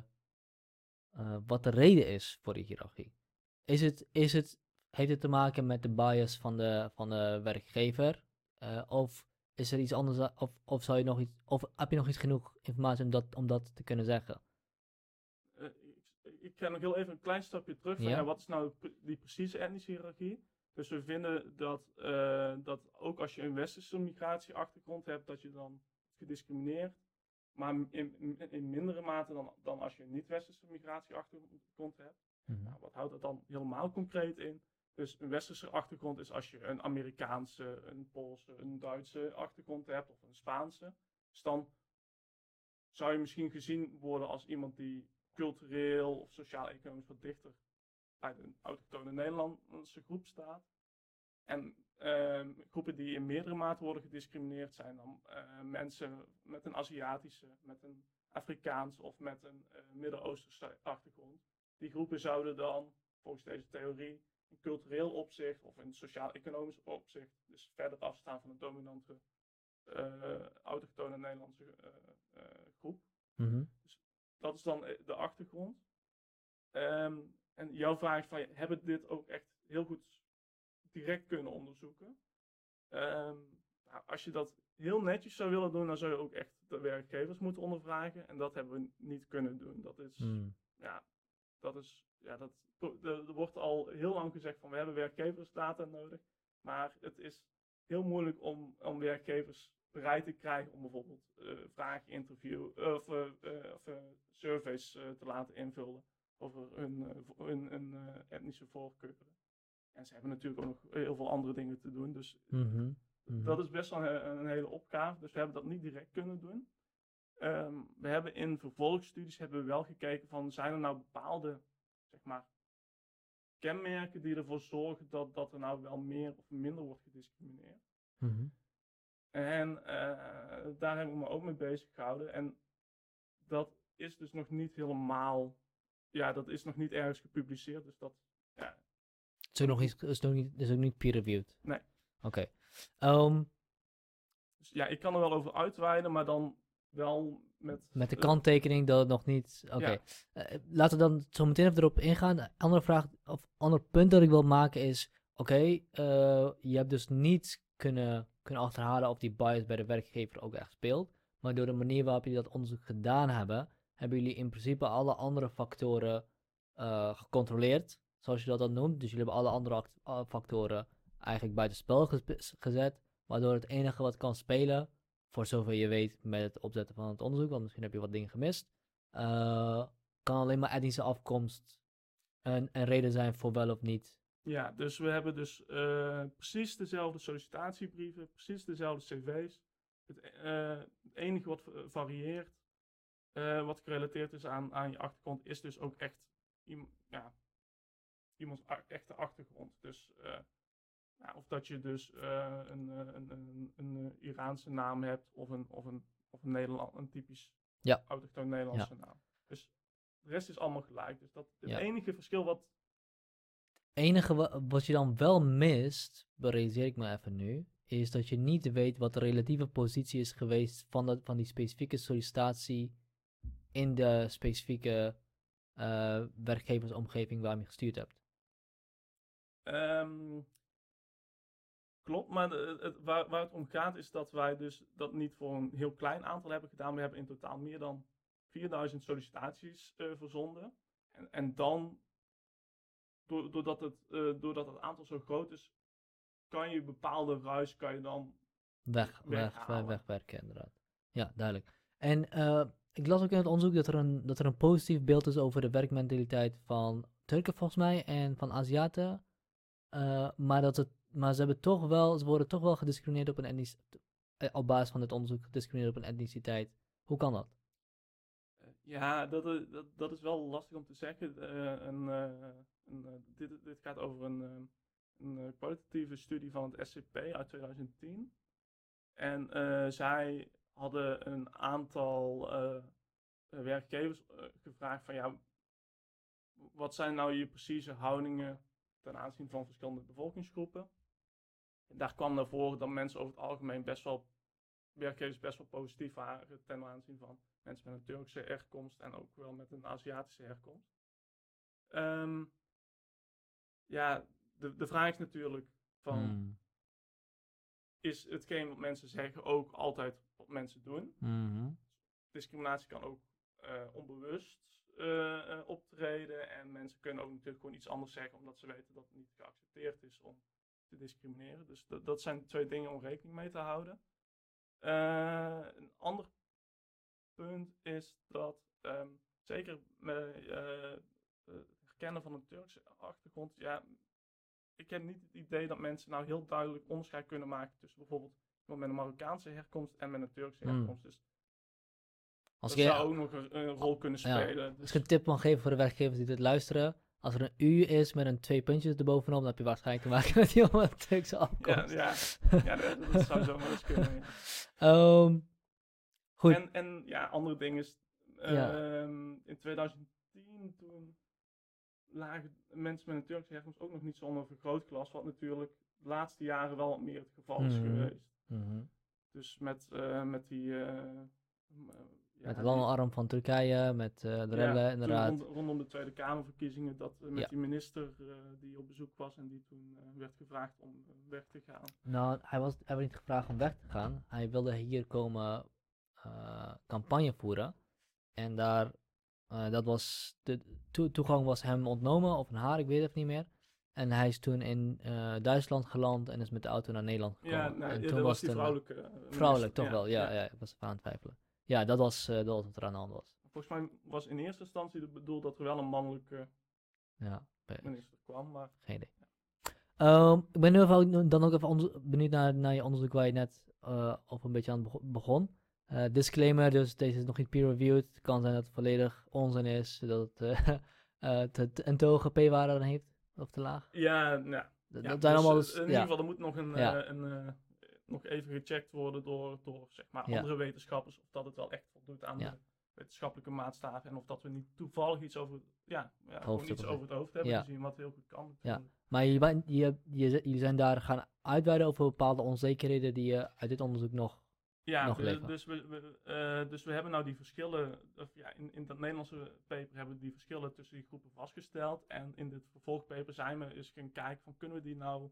uh, wat de reden is voor die hiërarchie? Is het, is het, heeft het te maken met de bias van de, van de werkgever? Uh, of is er iets anders? Of, of, zou je nog iets, of heb je nog iets genoeg informatie om dat, om dat te kunnen zeggen? Uh, ik, ik ga nog heel even een klein stapje terug. Van, Ja? Ja, wat is nou die precieze etnische hiërarchie? Dus we vinden dat, uh, dat ook als je een westerse migratieachtergrond hebt, dat je dan gediscrimineerd. Maar in, in, in mindere mate dan, dan als je een niet-westerse migratieachtergrond hebt. Mm-hmm. Nou, wat houdt dat dan helemaal concreet in? Dus een westerse achtergrond is als je een Amerikaanse, een Poolse, een Duitse achtergrond hebt of een Spaanse. Dus dan zou je misschien gezien worden als iemand die cultureel of sociaal-economisch wat dichter bij de autochtone Nederlandse groep staat. En uh, groepen die in meerdere mate worden gediscrimineerd zijn dan uh, mensen met een Aziatische, met een Afrikaanse of met een uh, Midden-Oosterse achtergrond. Die groepen zouden dan, volgens deze theorie, in cultureel opzicht of in sociaal-economisch opzicht, dus verder afstaan van een dominante uh, autochtone Nederlandse uh, uh, groep. Mm-hmm. Dus dat is dan de achtergrond. Um, en jouw vraag is van, hebben dit ook echt heel goed direct kunnen onderzoeken? Um, nou, als je dat heel netjes zou willen doen, dan zou je ook echt de werkgevers moeten ondervragen. En dat hebben we niet kunnen doen. Dat is, mm. ja, dat is, ja, dat, er wordt al heel lang gezegd van, we hebben werkgeversdata nodig. Maar het is heel moeilijk om, om werkgevers bereid te krijgen om bijvoorbeeld uh, vragen, interview, uh, of, uh, uh, of uh, surveys uh, te laten invullen over hun, uh, hun, hun uh, etnische voorkeuren. En ze hebben natuurlijk ook nog heel veel andere dingen te doen. Dus mm-hmm. Mm-hmm. dat is best wel een, een hele opgave. Dus we hebben dat niet direct kunnen doen. Um, we hebben in vervolgstudies hebben we wel gekeken van, zijn er nou bepaalde, zeg maar, kenmerken die ervoor zorgen dat, dat er nou wel meer of minder wordt gediscrimineerd. Mm-hmm. En uh, daar hebben we me ook mee bezig gehouden. En dat is dus nog niet helemaal, ja, dat is nog niet ergens gepubliceerd. Dus dat, ja. Is ook nog iets, is ook niet, is ook niet peer-reviewed? Nee. Oké. Okay. Um, dus ja, ik kan er wel over uitweiden, maar dan wel met... Met de kanttekening dat het nog niet... Oké. Okay. Ja. Uh, laten we dan zo meteen even erop ingaan. Andere vraag, of ander punt dat ik wil maken is... Oké, okay, uh, je hebt dus niet kunnen, kunnen achterhalen of die bias bij de werkgever ook echt speelt. Maar door de manier waarop jullie dat onderzoek gedaan hebben... hebben jullie in principe alle andere factoren uh, gecontroleerd. Zoals je dat dan noemt. Dus jullie hebben alle andere act- uh, factoren eigenlijk buitenspel ge- gezet. Waardoor het enige wat kan spelen... voor zover je weet met het opzetten van het onderzoek, want misschien heb je wat dingen gemist, uh, kan alleen maar etnische afkomst een, een reden zijn voor wel of niet. Ja, dus we hebben dus uh, precies dezelfde sollicitatiebrieven, precies dezelfde cv's. Het, uh, het enige wat varieert, uh, wat gerelateerd is aan, aan je achtergrond, is dus ook echt iem- ja, iemands a- echte achtergrond. Dus uh, ja, of dat je dus uh, een, een, een, een Iraanse naam hebt of een, of een, of een, Nederland, een typisch ja. autochtoon Nederlandse ja. naam. Dus de rest is allemaal gelijk. Dus dat het ja. enige verschil wat... Het enige wa- wat je dan wel mist, realiseer ik me even nu, is dat je niet weet wat de relatieve positie is geweest van, dat, van die specifieke sollicitatie in de specifieke uh, werkgeversomgeving waar je gestuurd hebt. Um, klopt, maar de, het, waar, waar het om gaat is dat wij dus dat niet voor een heel klein aantal hebben gedaan. We hebben in totaal meer dan vierduizend sollicitaties uh, verzonden. En, en dan, doordat het, uh, doordat het aantal zo groot is, kan je bepaalde ruis kan je dan Weg, weg, weg, weghalen. wegwerken, inderdaad. Ja, duidelijk. En eh, ik las ook in het onderzoek dat er, een, dat er een positief beeld is over de werkmentaliteit van Turken volgens mij en van Aziaten. Eh, maar, dat het, maar ze, hebben toch wel, ze worden toch wel gediscrimineerd op een etnisch, eh, op basis van dit onderzoek gediscrimineerd op een etniciteit. Hoe kan dat? Eh, Ja, dat, is- dat, dat is wel lastig om te zeggen. Eh, een, eh, een, eh, dit, dit gaat over een, eh, een eh, kwalitatieve studie van het S C P uit twintig tien. En eh, zij hadden een aantal eh, werkgevers eh, gevraagd van ja, wat zijn nou je precieze houdingen ten aanzien van verschillende bevolkingsgroepen? En daar kwam naar voren dat mensen over het algemeen best wel, werkgevers best wel positief waren ten aanzien van mensen met een Turkse herkomst en ook wel met een Aziatische herkomst. Ehm, ja, de, de vraag is natuurlijk van, Hmm. is hetgeen wat mensen zeggen ook altijd wat mensen doen? Mhm. Discriminatie kan ook eh, onbewust eh, eh, optreden en mensen kunnen ook natuurlijk gewoon iets anders zeggen omdat ze weten dat het niet geaccepteerd is om te discrimineren. Dus dat, dat zijn twee dingen om rekening mee te houden. Uh, een ander punt is dat ehm, zeker met uh, het herkennen van een Turkse achtergrond, ja, ik heb niet het idee dat mensen nou heel duidelijk onderscheid kunnen maken tussen bijvoorbeeld iemand met een Marokkaanse herkomst en met een Turkse Hmm. herkomst. Dus Als dat je, zou ook nog een, een rol kunnen ja, spelen. als Dus, je een tip mag geven voor de werkgevers die dit luisteren. Als er een U is met een twee puntjes erbovenop, dan heb je waarschijnlijk te maken met iemand met een Turkse ja, afkomst. ja, ja dat, dat zou zomaar eens kunnen. Ja. Ehm, goed. En, en ja, andere ding is, Ja. um, in twintig tien toen lagen mensen met een Turkse herkomst ook nog niet zo onder vergrootglas, wat natuurlijk de laatste jaren wel wat meer het geval is Mhm. geweest. Mhm. Dus met, uh, met die... Uh, uh, met de landenarm van Turkije, met uh, de rellen ja, inderdaad. Rond, rondom de Tweede Kamerverkiezingen, dat uh, met ja. die minister uh, die op bezoek was en die toen uh, werd gevraagd om uh, weg te gaan. Nou, hij, was, hij werd niet gevraagd om weg te gaan. Hij wilde hier komen uh, campagne voeren. En daar, uh, dat was, de to toegang was hem ontnomen, of een haar, ik weet het niet meer. En hij is toen in uh, Duitsland geland en is met de auto naar Nederland gekomen. Ja, nee, en ja, toen dat was was die het vrouwelijke een, uh, vrouwelijk, toch ja, wel, ja, ja. ja, ik was even aan het twijfelen. Ja, dat was, uh, dat was wat er aan de hand was. Volgens mij was in eerste instantie de bedoel dat er wel een mannelijke ja, minister kwam, maar... Geen idee. Ja. Um, ik ben nu even, dan ook even benieuwd naar, naar je onderzoek waar je net uh, op een beetje aan begon. Uh, disclaimer, dus deze is nog niet peer-reviewed. Het kan zijn dat het volledig onzin is, dat het uh, uh, te, te, een te hoge p-waarde dan heeft, of te laag. Ja, nou, dat, ja, dat zijn dus, allemaal dus, in ieder ja. geval, er moet nog, een, ja. uh, een, uh, nog even gecheckt worden door, door zeg maar, ja. andere wetenschappers, of dat het wel echt voldoet aan ja. de wetenschappelijke maatstaven en of dat we niet toevallig iets over, ja, ja, gewoon iets over het hoofd hebben ja. gezien, wat heel goed kan. Ja. Maar je, je, je, je zijn daar gaan uitweiden over bepaalde onzekerheden die je uit dit onderzoek nog Ja, nog de, dus, we, we, uh, dus we hebben nou die verschillen, of ja, in, in dat Nederlandse paper hebben we die verschillen tussen die groepen vastgesteld. En in dit vervolgpaper zijn we eens gaan kijken van kunnen we die nou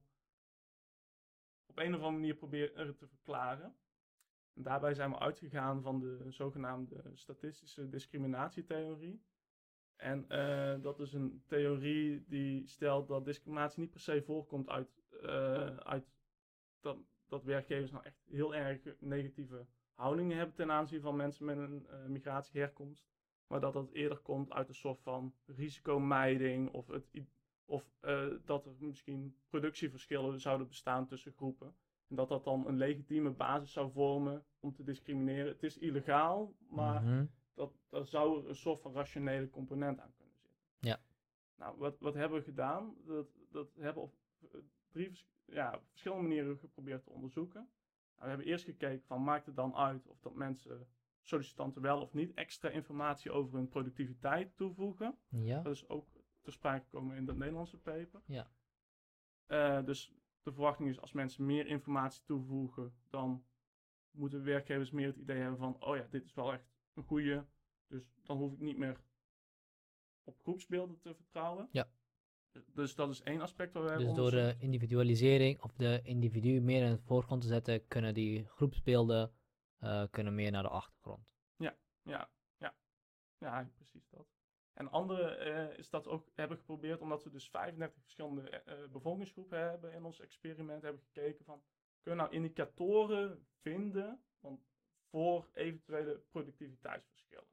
op een of andere manier proberen te verklaren. En daarbij zijn we uitgegaan van de zogenaamde statistische discriminatietheorie. En uh, dat is een theorie die stelt dat discriminatie niet per se voorkomt uit, uh, uit dat... dat werkgevers nou echt heel erg negatieve houdingen hebben ten aanzien van mensen met een uh, migratieherkomst. Maar dat dat eerder komt uit een soort van risicomijding of, het, of uh, dat er misschien productieverschillen zouden bestaan tussen groepen. En dat dat dan een legitieme basis zou vormen om te discrimineren. Het is illegaal, maar mm-hmm. dat, daar zou een soort van rationele component aan kunnen zitten. Ja. Nou, wat, wat hebben we gedaan? Dat, dat hebben op uh, drie vers- ja, verschillende manieren geprobeerd te onderzoeken. Nou, we hebben eerst gekeken van maakt het dan uit of dat mensen, sollicitanten wel of niet, extra informatie over hun productiviteit toevoegen. Ja. Dat is ook ter sprake gekomen in dat Nederlandse paper. Ja. Uh, dus de verwachting is als mensen meer informatie toevoegen, dan moeten werkgevers meer het idee hebben van, oh ja, dit is wel echt een goeie, dus dan hoef ik niet meer op groepsbeelden te vertrouwen. Ja. Dus dat is één aspect waar we dus hebben door onderzocht. de individualisering of de individu meer in het voorgrond te zetten, kunnen die groepsbeelden uh, kunnen meer naar de achtergrond. Ja, ja, ja. Ja, precies dat. En andere uh, is dat we ook hebben geprobeerd, omdat we dus vijfendertig verschillende uh, bevolkingsgroepen hebben in ons experiment, hebben gekeken van, kunnen we nou indicatoren vinden van, voor eventuele productiviteitsverschillen.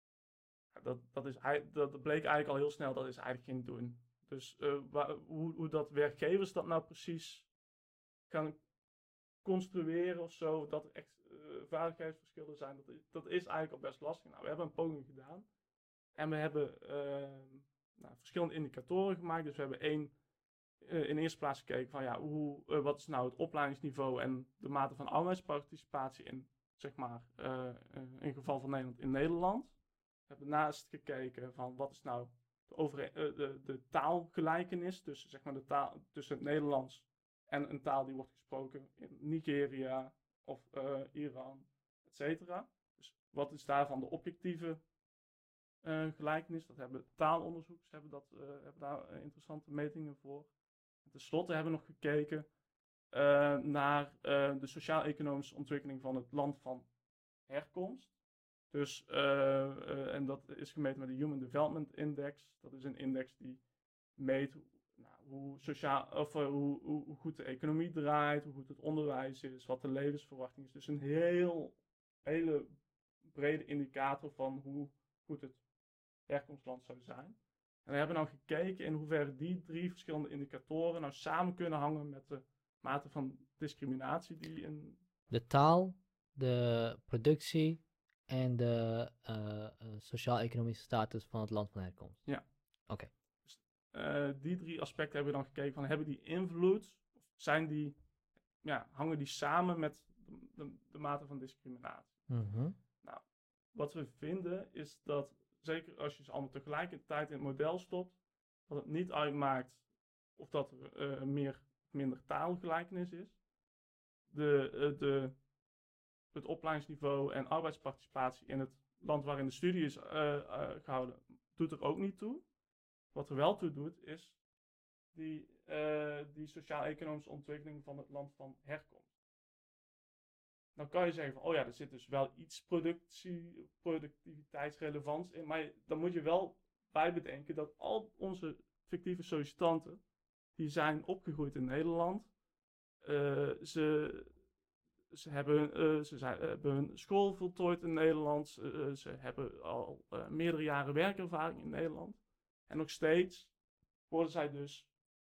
Ja, dat, dat, is, dat bleek eigenlijk al heel snel, dat is eigenlijk geen doen. Dus uh, waar, hoe, hoe dat werkgevers dat nou precies gaan construeren of zo, dat er echt uh, vaardigheidsverschillen zijn, dat is, dat is eigenlijk al best lastig. Nou, we hebben een poging gedaan en we hebben uh, nou, verschillende indicatoren gemaakt. Dus we hebben één uh, in eerste plaats gekeken van ja, hoe, uh, wat is nou het opleidingsniveau en de mate van arbeidsparticipatie in, zeg maar, uh, uh, in het geval van Nederland in Nederland. We hebben daarnaast gekeken van wat is nou de, overeen, uh, de, de taalgelijkenis tussen, zeg maar, de taal, tussen het Nederlands en een taal die wordt gesproken in Nigeria of uh, Iran, et cetera. Dus wat is daarvan de objectieve uh, gelijkenis? Dat hebben taalonderzoekers hebben, dat, uh, hebben daar uh, interessante metingen voor. En ten slotte hebben we nog gekeken uh, naar uh, de sociaal-economische ontwikkeling van het land van herkomst. Dus, uh, uh, en dat is gemeten met de Human Development Index. Dat is een index die meet nou, hoe, sociaal, of, uh, hoe, hoe, hoe goed de economie draait, hoe goed het onderwijs is, wat de levensverwachting is. Dus een heel, hele brede indicator van hoe goed het herkomstland zou zijn. En we hebben nou gekeken in hoeverre die drie verschillende indicatoren nou samen kunnen hangen met de mate van discriminatie die in... De taal, de productie en de uh, uh, sociaal-economische status van het land van herkomst. Ja. Oké. Okay. Dus, uh, die drie aspecten hebben we dan gekeken van, hebben die invloed, of zijn die, ja, hangen die samen met de, de, de mate van discriminatie? Mm-hmm. Nou, wat we vinden is dat, zeker als je ze allemaal tegelijkertijd in het model stopt, dat het niet uitmaakt of dat er uh, meer of minder taalgelijkenis is. De, uh, de Het opleidingsniveau en arbeidsparticipatie in het land waarin de studie is uh, uh, gehouden, doet er ook niet toe. Wat er wel toe doet, is die, uh, die sociaal-economische ontwikkeling van het land van herkomst. Dan kan je zeggen van, oh ja, er zit dus wel iets productie, productiviteitsrelevants in, maar dan moet je wel bij bedenken dat al onze fictieve sollicitanten, die zijn opgegroeid in Nederland, uh, ze... Ze hebben, uh, ze zijn, uh, hebben hun school voltooid in Nederland. Uh, ze hebben al uh, meerdere jaren werkervaring in Nederland. En nog steeds worden zij dus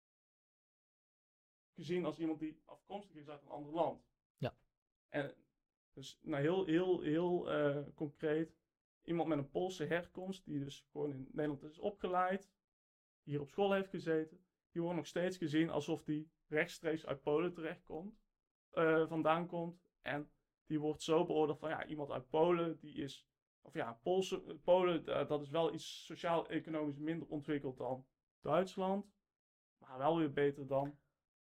gezien als iemand die afkomstig is uit een ander land. Ja. En dus nou, heel, heel, heel uh, concreet. Iemand met een Poolse herkomst die dus gewoon in Nederland is opgeleid. Hier op school heeft gezeten. Die wordt nog steeds gezien alsof die rechtstreeks uit Polen terechtkomt. Uh, vandaan komt en die wordt zo beoordeeld van ja, iemand uit Polen die is, of ja, Poolse, Polen uh, dat is wel iets sociaal-economisch minder ontwikkeld dan Duitsland, maar wel weer beter dan,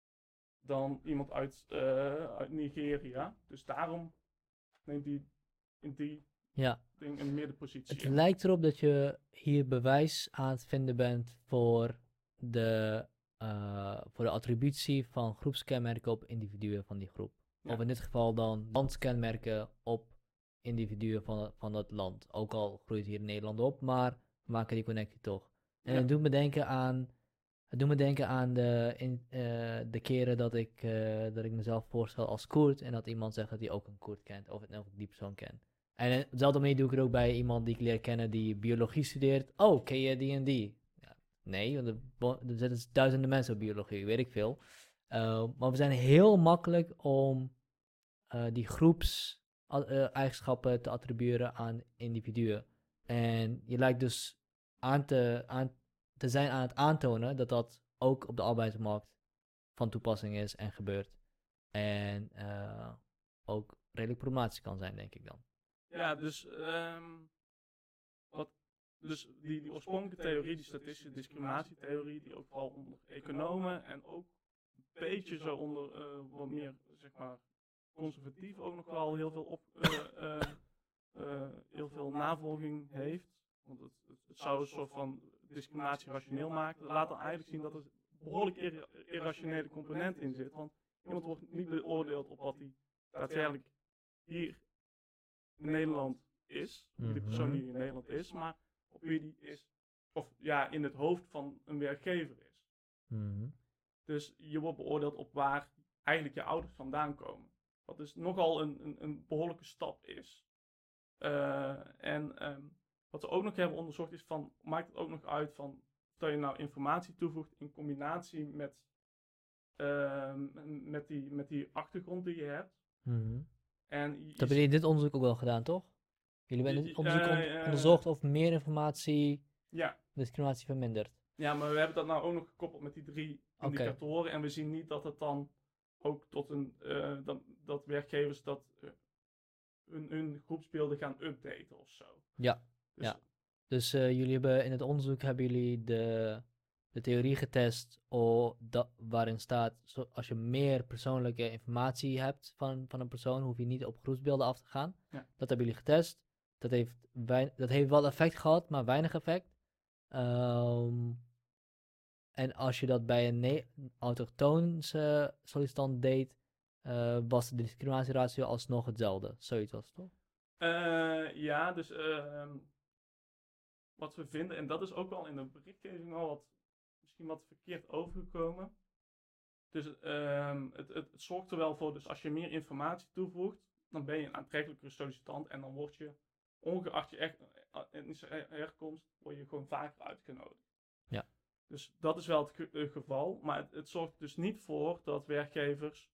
dan iemand uit, uh, uit Nigeria. Dus daarom neemt die in die ja. ding een middenpositie. Het in. lijkt erop dat je hier bewijs aan het vinden bent voor de Uh, voor de attributie van groepskenmerken op individuen van die groep. Ja. Of in dit geval dan landskenmerken op individuen van, van dat land. Ook al groeit hier in Nederland op, maar we maken die connectie toch. En ja. het doet me denken aan, het doet me denken aan de, in, uh, de keren dat ik, uh, dat ik mezelf voorstel als Koerd en dat iemand zegt dat hij ook een Koerd kent, of, of ik die persoon ken. En op dezelfde manier doe ik het ook bij iemand die ik leer kennen die biologie studeert. Oh, ken je die en die? Nee, want er, er zitten duizenden mensen op biologie, weet ik veel. Uh, maar we zijn heel makkelijk om uh, die groepseigenschappen uh, te attribueren aan individuen. En je lijkt dus aan te, aan te zijn aan het aantonen dat dat ook op de arbeidsmarkt van toepassing is en gebeurt. En uh, ook redelijk problematisch kan zijn, denk ik dan. Ja, dus... Um, wat Dus die, die oorspronkelijke theorie, die statistische discriminatietheorie, die ook vooral onder economen en ook een beetje zo onder uh, wat meer, zeg maar, conservatief ook nog wel heel veel, op, uh, uh, uh, heel veel navolging heeft. Want het, het, het zou een soort van discriminatie rationeel maken. Dat laat dan eigenlijk zien dat er behoorlijk ir- irrationele component in zit. Want iemand wordt niet beoordeeld op wat hij daadwerkelijk hier in Nederland is, mm-hmm. die persoon die in Nederland is, maar op wie die is of ja, in het hoofd van een werkgever is. Mhm. Dus je wordt beoordeeld op waar eigenlijk je ouders vandaan komen. Wat dus nogal een, een, een behoorlijke stap is. Uh, en um, wat we ook nog hebben onderzocht is van, maakt het ook nog uit van dat je nou informatie toevoegt in combinatie met, uh, met, die, met die achtergrond die je hebt. Mm-hmm. En je, dat hebben jullie dit onderzoek ook wel gedaan, toch? Jullie hebben dit onderzoek uh, on- uh, onderzocht of meer informatie ja. discriminatie vermindert. Ja, maar we hebben dat nou ook nog gekoppeld met die drie Okay. indicatoren. En we zien niet dat het dan ook tot een, uh, dat, dat werkgevers dat uh, hun, hun groepsbeelden gaan updaten of zo. Ja, dus, ja. Dus uh, jullie hebben in het onderzoek hebben jullie de, de theorie getest oh, dat, waarin staat, zo, als je meer persoonlijke informatie hebt van, van een persoon, hoef je niet op groepsbeelden af te gaan. Ja. Dat hebben jullie getest. Dat heeft, wein, dat heeft wel effect gehad, maar weinig effect. Um, en als je dat bij een ne- autochtoonse sollicitant deed, uh, was de discriminatieratio alsnog hetzelfde. Zoiets was het, toch? Uh, ja, dus uh, wat we vinden, en dat is ook wel in de berichtgeving al wat, misschien wat verkeerd overgekomen. Dus uh, het, het, het zorgt er wel voor, dus als je meer informatie toevoegt, dan ben je een aantrekkelijkere sollicitant en dan word je, ongeacht je etnische herkomst, word je gewoon vaker uitgenodigd. Ja. Dus dat is wel het ge- uh, geval, maar het, het zorgt dus niet voor dat werkgevers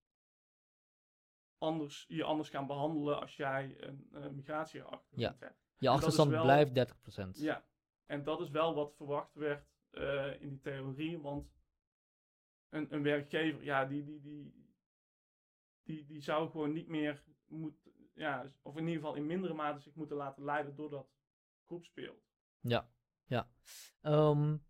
anders, je anders gaan behandelen als jij een uh, migratieachtergrond ja. hebt. Je achterstand wel, blijft dertig procent. Ja, en dat is wel wat verwacht werd uh, in die theorie, want een, een werkgever, ja, die, die, die, die, die zou gewoon niet meer moeten, ja, of in ieder geval in mindere mate zich moeten laten leiden door dat groepsbeeld. Ja, ja. Um,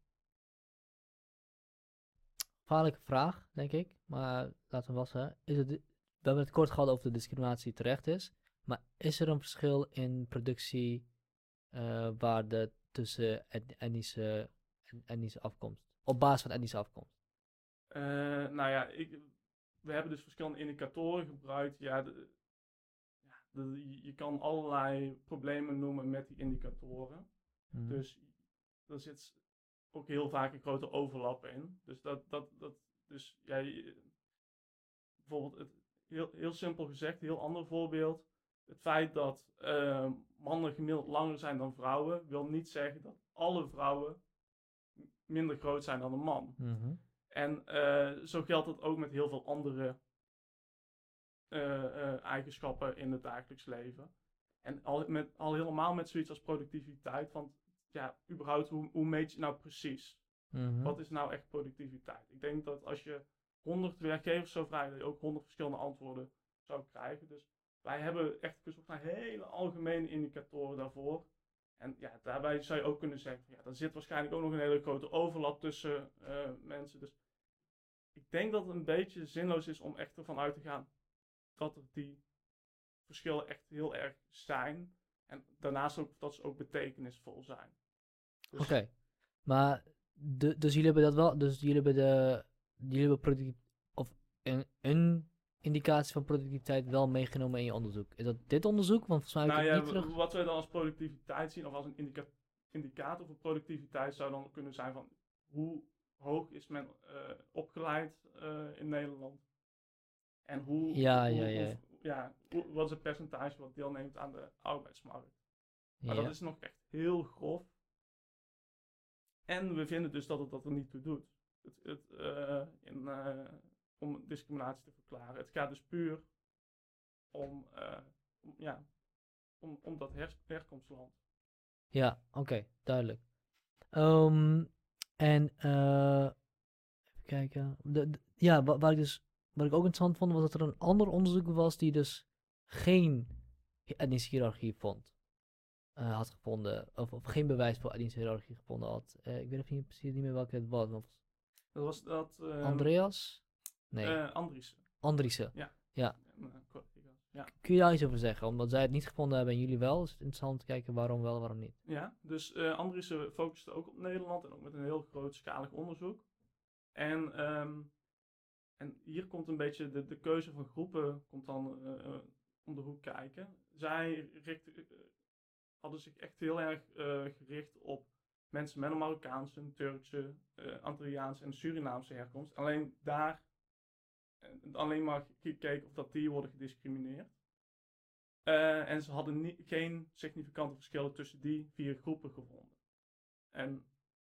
gevaarlijke vraag, denk ik, maar laten we wel zeggen. Is het, we hebben het kort gehad over de discriminatie terecht is, maar is er een verschil in productie uh, waarde tussen et- etnische, etnische afkomst, op basis van etnische afkomst? Uh, nou ja, ik, we hebben dus verschillende indicatoren gebruikt. Ja, de, ja de, je kan allerlei problemen noemen met die indicatoren. Mm. Dus er zit ook heel vaak een grote overlap in. Dus dat, dat, dat dus ja, je, bijvoorbeeld, het, heel, heel simpel gezegd, een heel ander voorbeeld. Het feit dat uh, mannen gemiddeld langer zijn dan vrouwen, wil niet zeggen dat alle vrouwen minder groot zijn dan een man. Mm-hmm. En uh, zo geldt het ook met heel veel andere uh, uh, eigenschappen in het dagelijks leven. En al, met, al helemaal met zoiets als productiviteit. Want ja, überhaupt, hoe, hoe meet je nou precies? Mm-hmm. Wat is nou echt productiviteit? Ik denk dat als je honderd werkgevers zou vragen, dat je ook honderd verschillende antwoorden zou krijgen. Dus wij hebben echt gezocht naar hele algemene indicatoren daarvoor. En ja, daarbij zou je ook kunnen zeggen, ja, er zit waarschijnlijk ook nog een hele grote overlap tussen uh, mensen. Dus ik denk dat het een beetje zinloos is om echt ervan uit te gaan dat er die verschillen echt heel erg zijn. En daarnaast ook dat ze ook betekenisvol zijn. Dus Oké, okay. maar de, dus jullie hebben dat wel, dus jullie hebben de, jullie hebben productief, of een, een indicatie van productiviteit wel meegenomen in je onderzoek. Is dat dit onderzoek? Want volgens mij nou heb ik ja, het niet terug. Wat wij dan als productiviteit zien, of als een indica- indicator voor productiviteit, zou dan kunnen zijn van hoe hoog is men uh, opgeleid uh, in Nederland? En hoe, ja, hoe, ja, ja. Hoe, ja, hoe, wat is het percentage wat deelneemt aan de arbeidsmarkt? Maar ja. dat is nog echt heel grof. En we vinden dus dat het dat er niet toe doet. Het, het, uh, in, uh, om discriminatie te verklaren. Het gaat dus puur om, uh, om, ja, om, om dat her- herkomstland. Ja, oké, okay, duidelijk. Um, en uh, even kijken. De, de, ja, wat, wat, ik dus, wat ik ook interessant vond, was dat er een ander onderzoek was die dus geen etnische hiërarchie vond. Uh, had gevonden, of, of geen bewijs voor etnische hiërarchie gevonden had. Uh, ik weet even niet, precies niet meer welke het was. Dat was dat... Um, Andreas? Nee. Uh, Andriessen. Andriessen. Ja. Ja. Ja. Kun je daar iets over zeggen? Omdat zij het niet gevonden hebben en jullie wel, is het interessant om te kijken waarom wel, waarom niet. Ja, dus uh, Andriessen focuste ook op Nederland en ook met een heel grootschalig onderzoek. En, um, en hier komt een beetje de, de keuze van groepen komt dan uh, om de hoek kijken. Zij richt, uh, hadden zich echt heel erg uh, gericht op mensen met een Marokkaanse, een Turkse, uh, Antilliaanse en Surinaamse herkomst. Alleen daar, uh, alleen maar gekeken of dat die worden gediscrimineerd. Uh, en ze hadden nie, geen significante verschillen tussen die vier groepen gevonden. En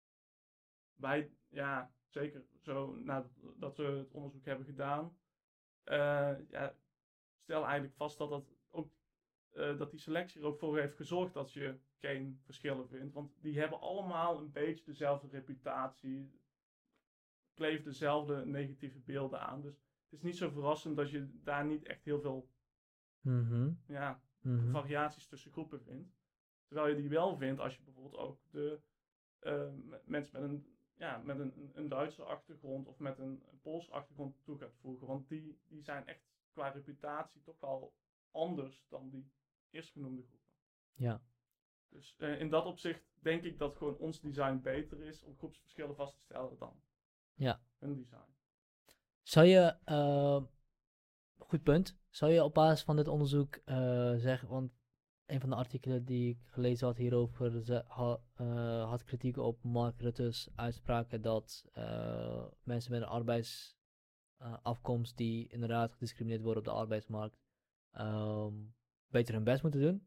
wij, ja, zeker zo nadat we het onderzoek hebben gedaan, uh, ja, stel eigenlijk vast dat, dat, ook, uh, dat die selectie er ook voor heeft gezorgd dat je geen verschillen vindt. Want die hebben allemaal een beetje dezelfde reputatie, kleven dezelfde negatieve beelden aan. Dus het is niet zo verrassend dat je daar niet echt heel veel mm-hmm. ja, Mm-hmm. variaties tussen groepen vindt. Terwijl je die wel vindt als je bijvoorbeeld ook de uh, m- mensen met een Ja, met een, een Duitse achtergrond of met een, een Poolse achtergrond toe gaat voegen. Want die, die zijn echt qua reputatie toch wel anders dan die eerstgenoemde groepen. Ja. Dus uh, in dat opzicht denk ik dat gewoon ons design beter is om groepsverschillen vast te stellen dan ja. hun design. Zou je, uh, goed punt, zou je op basis van dit onderzoek uh, zeggen, want een van de artikelen die ik gelezen had hierover ze, ha, uh, had kritiek op Mark Rutte's uitspraken dat uh, mensen met een arbeidsafkomst uh, die inderdaad gediscrimineerd worden op de arbeidsmarkt um, beter hun best moeten doen.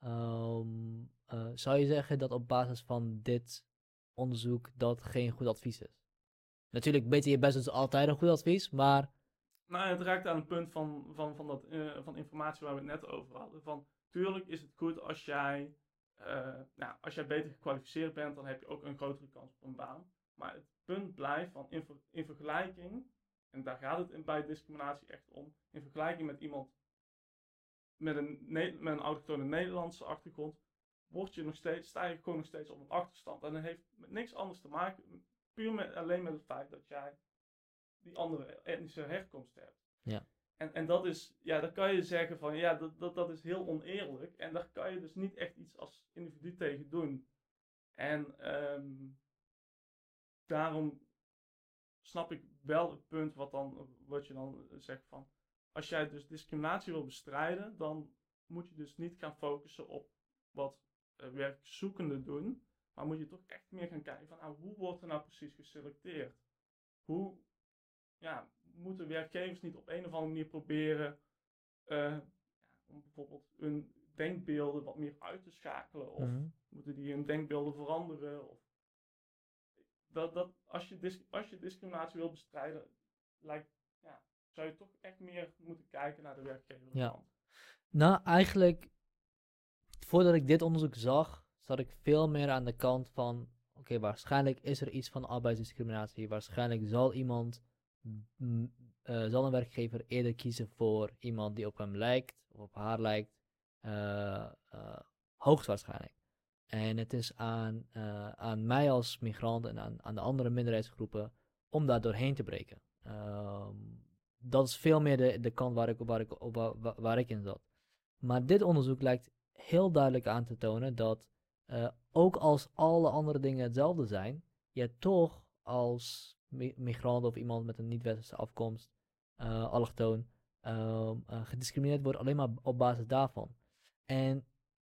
Um, uh, zou je zeggen dat op basis van dit onderzoek dat geen goed advies is? Natuurlijk, beter je best is altijd een goed advies, maar... Nou, het raakt aan het punt van, van, van, dat, uh, van informatie waar we het net over hadden. Van, tuurlijk is het goed als jij, uh, nou, als jij beter gekwalificeerd bent, dan heb je ook een grotere kans op een baan. Maar het punt blijft van in, ver, in vergelijking, en daar gaat het in, bij discriminatie echt om, in vergelijking met iemand met een, ne- met een autochtone Nederlandse achtergrond, word je nog steeds, sta je gewoon nog steeds op een achterstand. En dat heeft met niks anders te maken, puur met, alleen met het feit dat jij die andere etnische herkomst hebt. Ja. En, en dat is, ja, dan kan je zeggen van, ja, dat, dat, dat is heel oneerlijk. En daar kan je dus niet echt iets als individu tegen doen. En um, daarom snap ik wel het punt wat, dan, wat je dan zegt van, als jij dus discriminatie wil bestrijden, dan moet je dus niet gaan focussen op wat uh, werkzoekenden doen. Maar moet je toch echt meer gaan kijken van, nou, hoe wordt er nou precies geselecteerd? Hoe, ja, moeten werkgevers niet op een of andere manier proberen uh, ja, om bijvoorbeeld hun denkbeelden wat meer uit te schakelen? Of mm-hmm. moeten die hun denkbeelden veranderen? Of dat, dat, als, je dis- als je discriminatie wil bestrijden, lijkt, ja, zou je toch echt meer moeten kijken naar de werkgever. Ja. Nou, eigenlijk, voordat ik dit onderzoek zag, zat ik veel meer aan de kant van, oké, okay, waarschijnlijk is er iets van arbeidsdiscriminatie. Waarschijnlijk zal iemand... M- uh, zal een werkgever eerder kiezen voor iemand die op hem lijkt of op haar lijkt, uh, uh, hoogstwaarschijnlijk. En het is aan, uh, aan mij als migrant en aan, aan de andere minderheidsgroepen om daar doorheen te breken. Uh, dat is veel meer de, de kant waar ik, waar, ik, waar, waar ik in zat. Maar dit onderzoek lijkt heel duidelijk aan te tonen dat uh, ook als alle andere dingen hetzelfde zijn, je toch als migrant of iemand met een niet-westerse afkomst, uh, allochtoon, uh, uh, gediscrimineerd wordt alleen maar op basis daarvan. En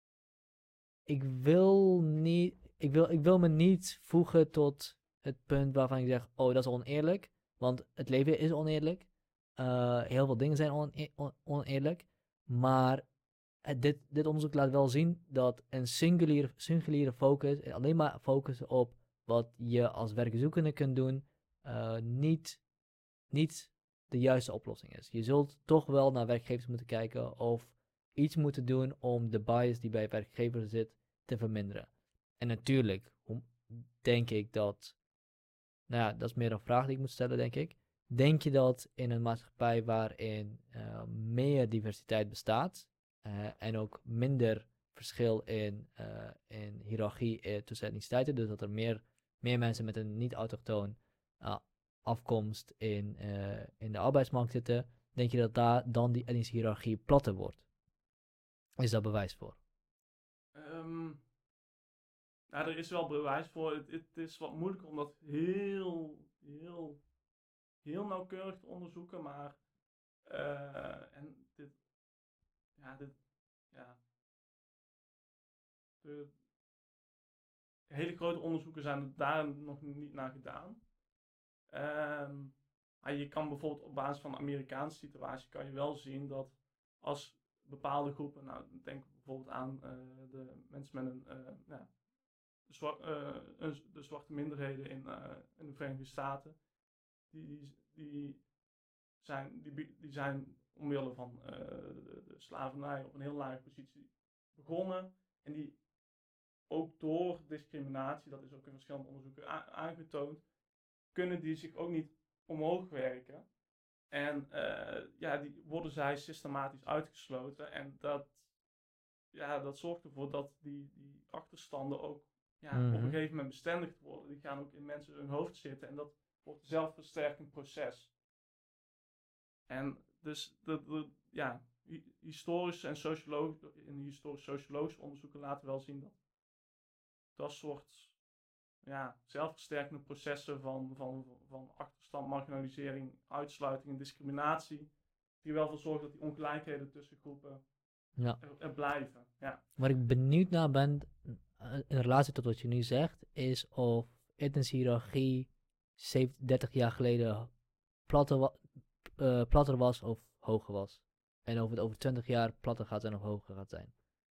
ik wil niet, ik wil, ik wil me niet voegen tot het punt waarvan ik zeg, oh, dat is oneerlijk, want het leven is oneerlijk. Uh, heel veel dingen zijn one- on- oneerlijk, maar het, dit, dit onderzoek laat wel zien dat een singuliere, singuliere focus, alleen maar focussen op wat je als werkzoekende kunt doen, Uh, niet, niet de juiste oplossing is. Je zult toch wel naar werkgevers moeten kijken of iets moeten doen om de bias die bij werkgevers zit te verminderen. En natuurlijk denk ik dat, nou ja, dat is meer een vraag die ik moet stellen, denk ik. Denk je dat in een maatschappij waarin uh, meer diversiteit bestaat uh, en ook minder verschil in, uh, in hiërarchie uh, tussen etniciteiten, dus dat er meer, meer mensen met een niet-autochtoon Uh, afkomst in, uh, in de arbeidsmarkt zitten, denk je dat daar dan die etnische hiërarchie platter wordt? Is daar bewijs voor? Um, nou, er is wel bewijs voor. Het, het is wat moeilijker om dat heel, heel, heel nauwkeurig te onderzoeken, maar uh, en dit, ja, dit, ja, de hele grote onderzoeken zijn er daar nog niet naar gedaan. Um, maar je kan bijvoorbeeld op basis van de Amerikaanse situatie kan je wel zien dat als bepaalde groepen, nou denk bijvoorbeeld aan uh, de mensen met een, uh, ja, de, zwa- uh, een, de zwarte minderheden in, uh, in de Verenigde Staten, die, die, zijn, die, die zijn omwille van uh, de, de slavernij op een heel lage positie begonnen en die ook door discriminatie, dat is ook in verschillende onderzoeken a- aangetoond, kunnen die zich ook niet omhoog werken. En uh, ja, die worden zij systematisch uitgesloten. En dat, ja, dat zorgt ervoor dat die, die achterstanden ook ja, mm-hmm. op een gegeven moment bestendigd worden. Die gaan ook in mensen hun hoofd zitten. En dat wordt een zelfversterkend proces. En dus de, de, ja, historische en sociologische, in historisch-sociologische onderzoeken laten wel zien dat dat soort ja, zelfversterkende processen van, van, van achterstand, marginalisering, uitsluiting en discriminatie, die er wel voor zorgen dat die ongelijkheden tussen groepen ja. er, er blijven. Ja. Waar ik benieuwd naar ben, in relatie tot wat je nu zegt, is of etnische hiërarchie zeventig, dertig jaar geleden platter, wa- uh, platter was of hoger was. En of het over twintig jaar platter gaat zijn of hoger gaat zijn.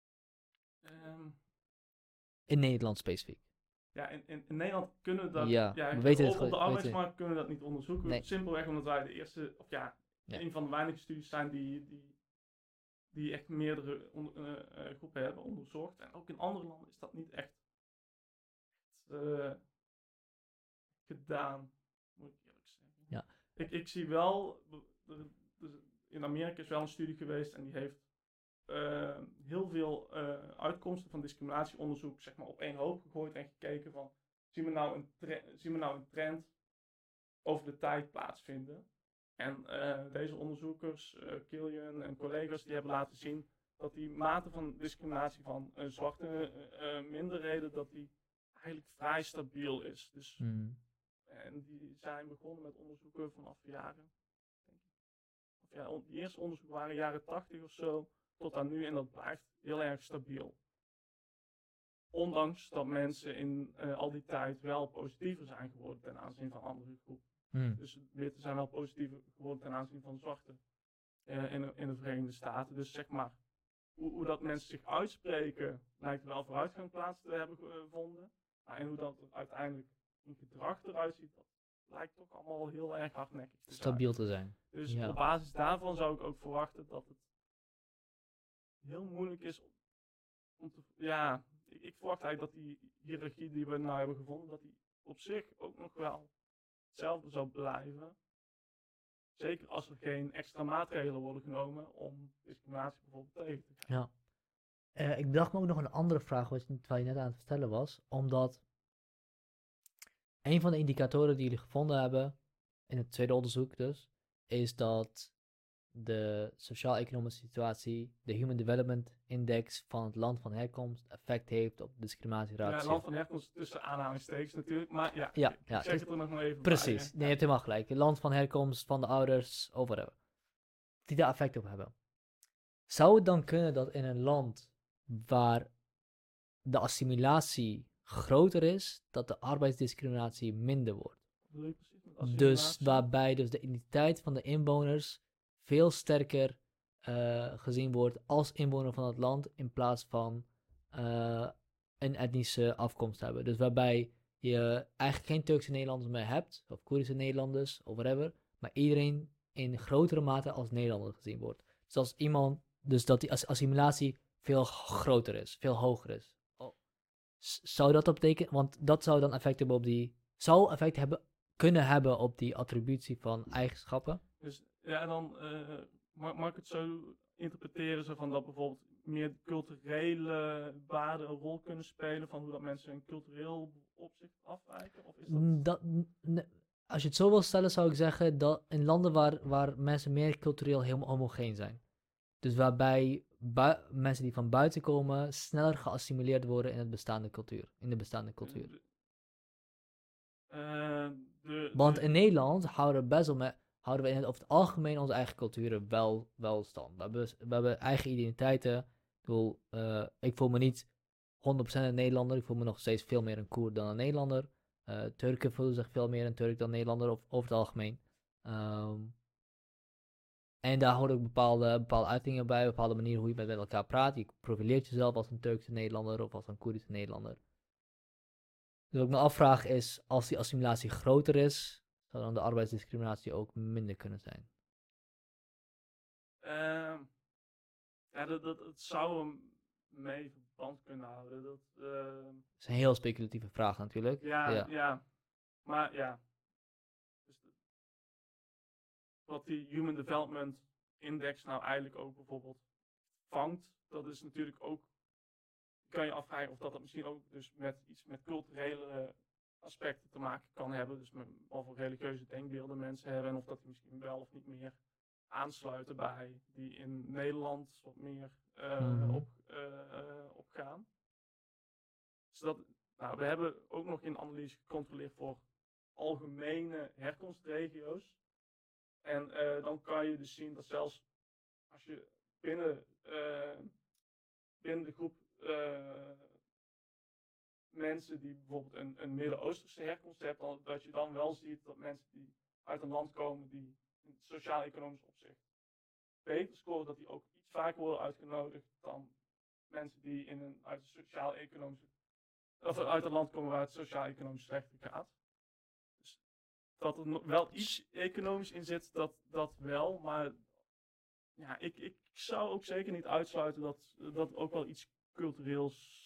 Um, in Nederland specifiek. Ja, in, in, in Nederland kunnen we dat... Ja, ja we weten op, het op de goed, arbeidsmarkt weten. kunnen we dat niet onderzoeken. Nee. Simpelweg omdat wij de eerste, of ja, ja. een van de weinige studies zijn die, die, die echt meerdere on, uh, uh, groepen hebben onderzocht. En ook in andere landen is dat niet echt uh, gedaan, moet ik eerlijk zeggen. Ja. Ik, ik zie wel, in Amerika is wel een studie geweest en die heeft Uh, heel veel uh, uitkomsten van discriminatieonderzoek zeg maar, op één hoop gegooid en gekeken van zien we nou een, tre- zien we nou een trend over de tijd plaatsvinden. En uh, deze onderzoekers, uh, Killian en collega's, die hebben laten zien dat die mate van discriminatie van uh, zwarte uh, minderheden, dat die eigenlijk vrij stabiel is. Dus, mm. En die zijn begonnen met onderzoeken vanaf jaren, denk ik. Of ja, on- die eerste onderzoeken waren jaren tachtig of zo. Tot aan nu en dat blijft heel erg stabiel. Ondanks dat mensen in uh, al die tijd wel positiever zijn geworden ten aanzien van andere groepen. Mm. Dus witte zijn wel positiever geworden ten aanzien van zwarte uh, in, de, in de Verenigde Staten. Dus zeg maar, hoe, hoe dat mensen zich uitspreken, lijkt wel vooruitgang plaats te hebben gevonden. Maar en hoe dat er uiteindelijk in gedrag eruit ziet, dat lijkt toch allemaal heel erg hardnekkig te zijn. Stabiel te zijn. Dus ja. op basis daarvan zou ik ook verwachten dat het heel moeilijk is om, om te... Ja, ik, ik verwacht eigenlijk dat die hiërarchie die we nou hebben gevonden, dat die op zich ook nog wel hetzelfde zou blijven. Zeker als er geen extra maatregelen worden genomen om discriminatie bijvoorbeeld tegen te gaan. Ja. Uh, ik dacht me ook nog een andere vraag, wat je, wat je net aan het vertellen was. Omdat een van de indicatoren die jullie gevonden hebben, in het tweede onderzoek dus, is dat de sociaal-economische situatie, de Human Development Index van het land van herkomst, effect heeft op de discriminatieratio. Ja, land van herkomst tussen aanhalingstekens natuurlijk, maar ja, ja, ik, ja ik zeg het er nog maar even precies, bij. Precies, nee, je hebt helemaal gelijk. Het land van herkomst, van de ouders, of whatever. Die daar effect op hebben. Zou het dan kunnen dat in een land waar de assimilatie groter is, dat de arbeidsdiscriminatie minder wordt? Dus waarbij dus de identiteit van de inwoners veel sterker uh, gezien wordt als inwoner van het land in plaats van uh, een etnische afkomst hebben. Dus waarbij je eigenlijk geen Turkse Nederlanders meer hebt, of Koerdische Nederlanders, of whatever, maar iedereen in grotere mate als Nederlander gezien wordt. Dus als iemand, dus dat die assimilatie veel groter is, veel hoger is. Oh. S- zou dat betekenen, want dat zou dan effect hebben op die, zou effect hebben, kunnen hebben op die attributie van eigenschappen? Dus ja, dan uh, mag, mag ik het zo interpreteren, zo van dat bijvoorbeeld meer culturele waarden een rol kunnen spelen van hoe dat mensen een cultureel opzicht afwijken? Of is dat... dat ne, als je het zo wil stellen, zou ik zeggen dat in landen waar, waar mensen meer cultureel helemaal homogeen zijn. Dus waarbij bui- mensen die van buiten komen sneller geassimileerd worden in het bestaande cultuur, in de bestaande cultuur. De, uh, de, Want de... in Nederland houden we best wel met, houden we in het, over het algemeen onze eigen culturen wel, wel stand. We hebben, we hebben eigen identiteiten. Ik bedoel, uh, ik voel me niet honderd procent een Nederlander. Ik voel me nog steeds veel meer een Koer dan een Nederlander. Uh, Turken voelen zich veel meer een Turk dan Nederlander, of, over het algemeen. Um, en daar horen ook bepaalde, bepaalde uitingen bij, bepaalde manieren hoe je met, met elkaar praat. Je profileert jezelf als een Turkse Nederlander of als een Koerdische Nederlander. Dus wat ik me afvraag is, als die assimilatie groter is, zou dan de arbeidsdiscriminatie ook minder kunnen zijn? Uh, ja, dat, dat, dat zou hem mee verband kunnen houden. Dat, uh... dat is een heel speculatieve vraag natuurlijk. Ja, ja. ja. Maar ja. Dus de, wat die Human Development Index nou eigenlijk ook bijvoorbeeld vangt, dat is natuurlijk ook, kan je afvragen of dat, dat misschien ook dus met iets met culturele aspecten te maken kan hebben. Dus met of religieuze denkbeelden mensen hebben en of dat die misschien wel of niet meer aansluiten bij die in Nederland wat meer uh, mm-hmm. op, uh, opgaan. Dus dat, nou, we hebben ook nog in analyse gecontroleerd voor algemene herkomstregio's. En uh, dan kan je dus zien dat zelfs als je binnen, uh, binnen de groep uh, mensen die bijvoorbeeld een, een Midden-Oosterse herkomst hebben, dan, dat je dan wel ziet dat mensen die uit een land komen die in sociaal-economisch opzicht beter scoren, dat die ook iets vaker worden uitgenodigd dan mensen die in een, uit een sociaal-economische, of uit een land komen waar het sociaal-economisch slechter gaat. Dus dat er wel iets economisch in zit, dat, dat wel, maar ja, ik, ik zou ook zeker niet uitsluiten dat, dat ook wel iets cultureels,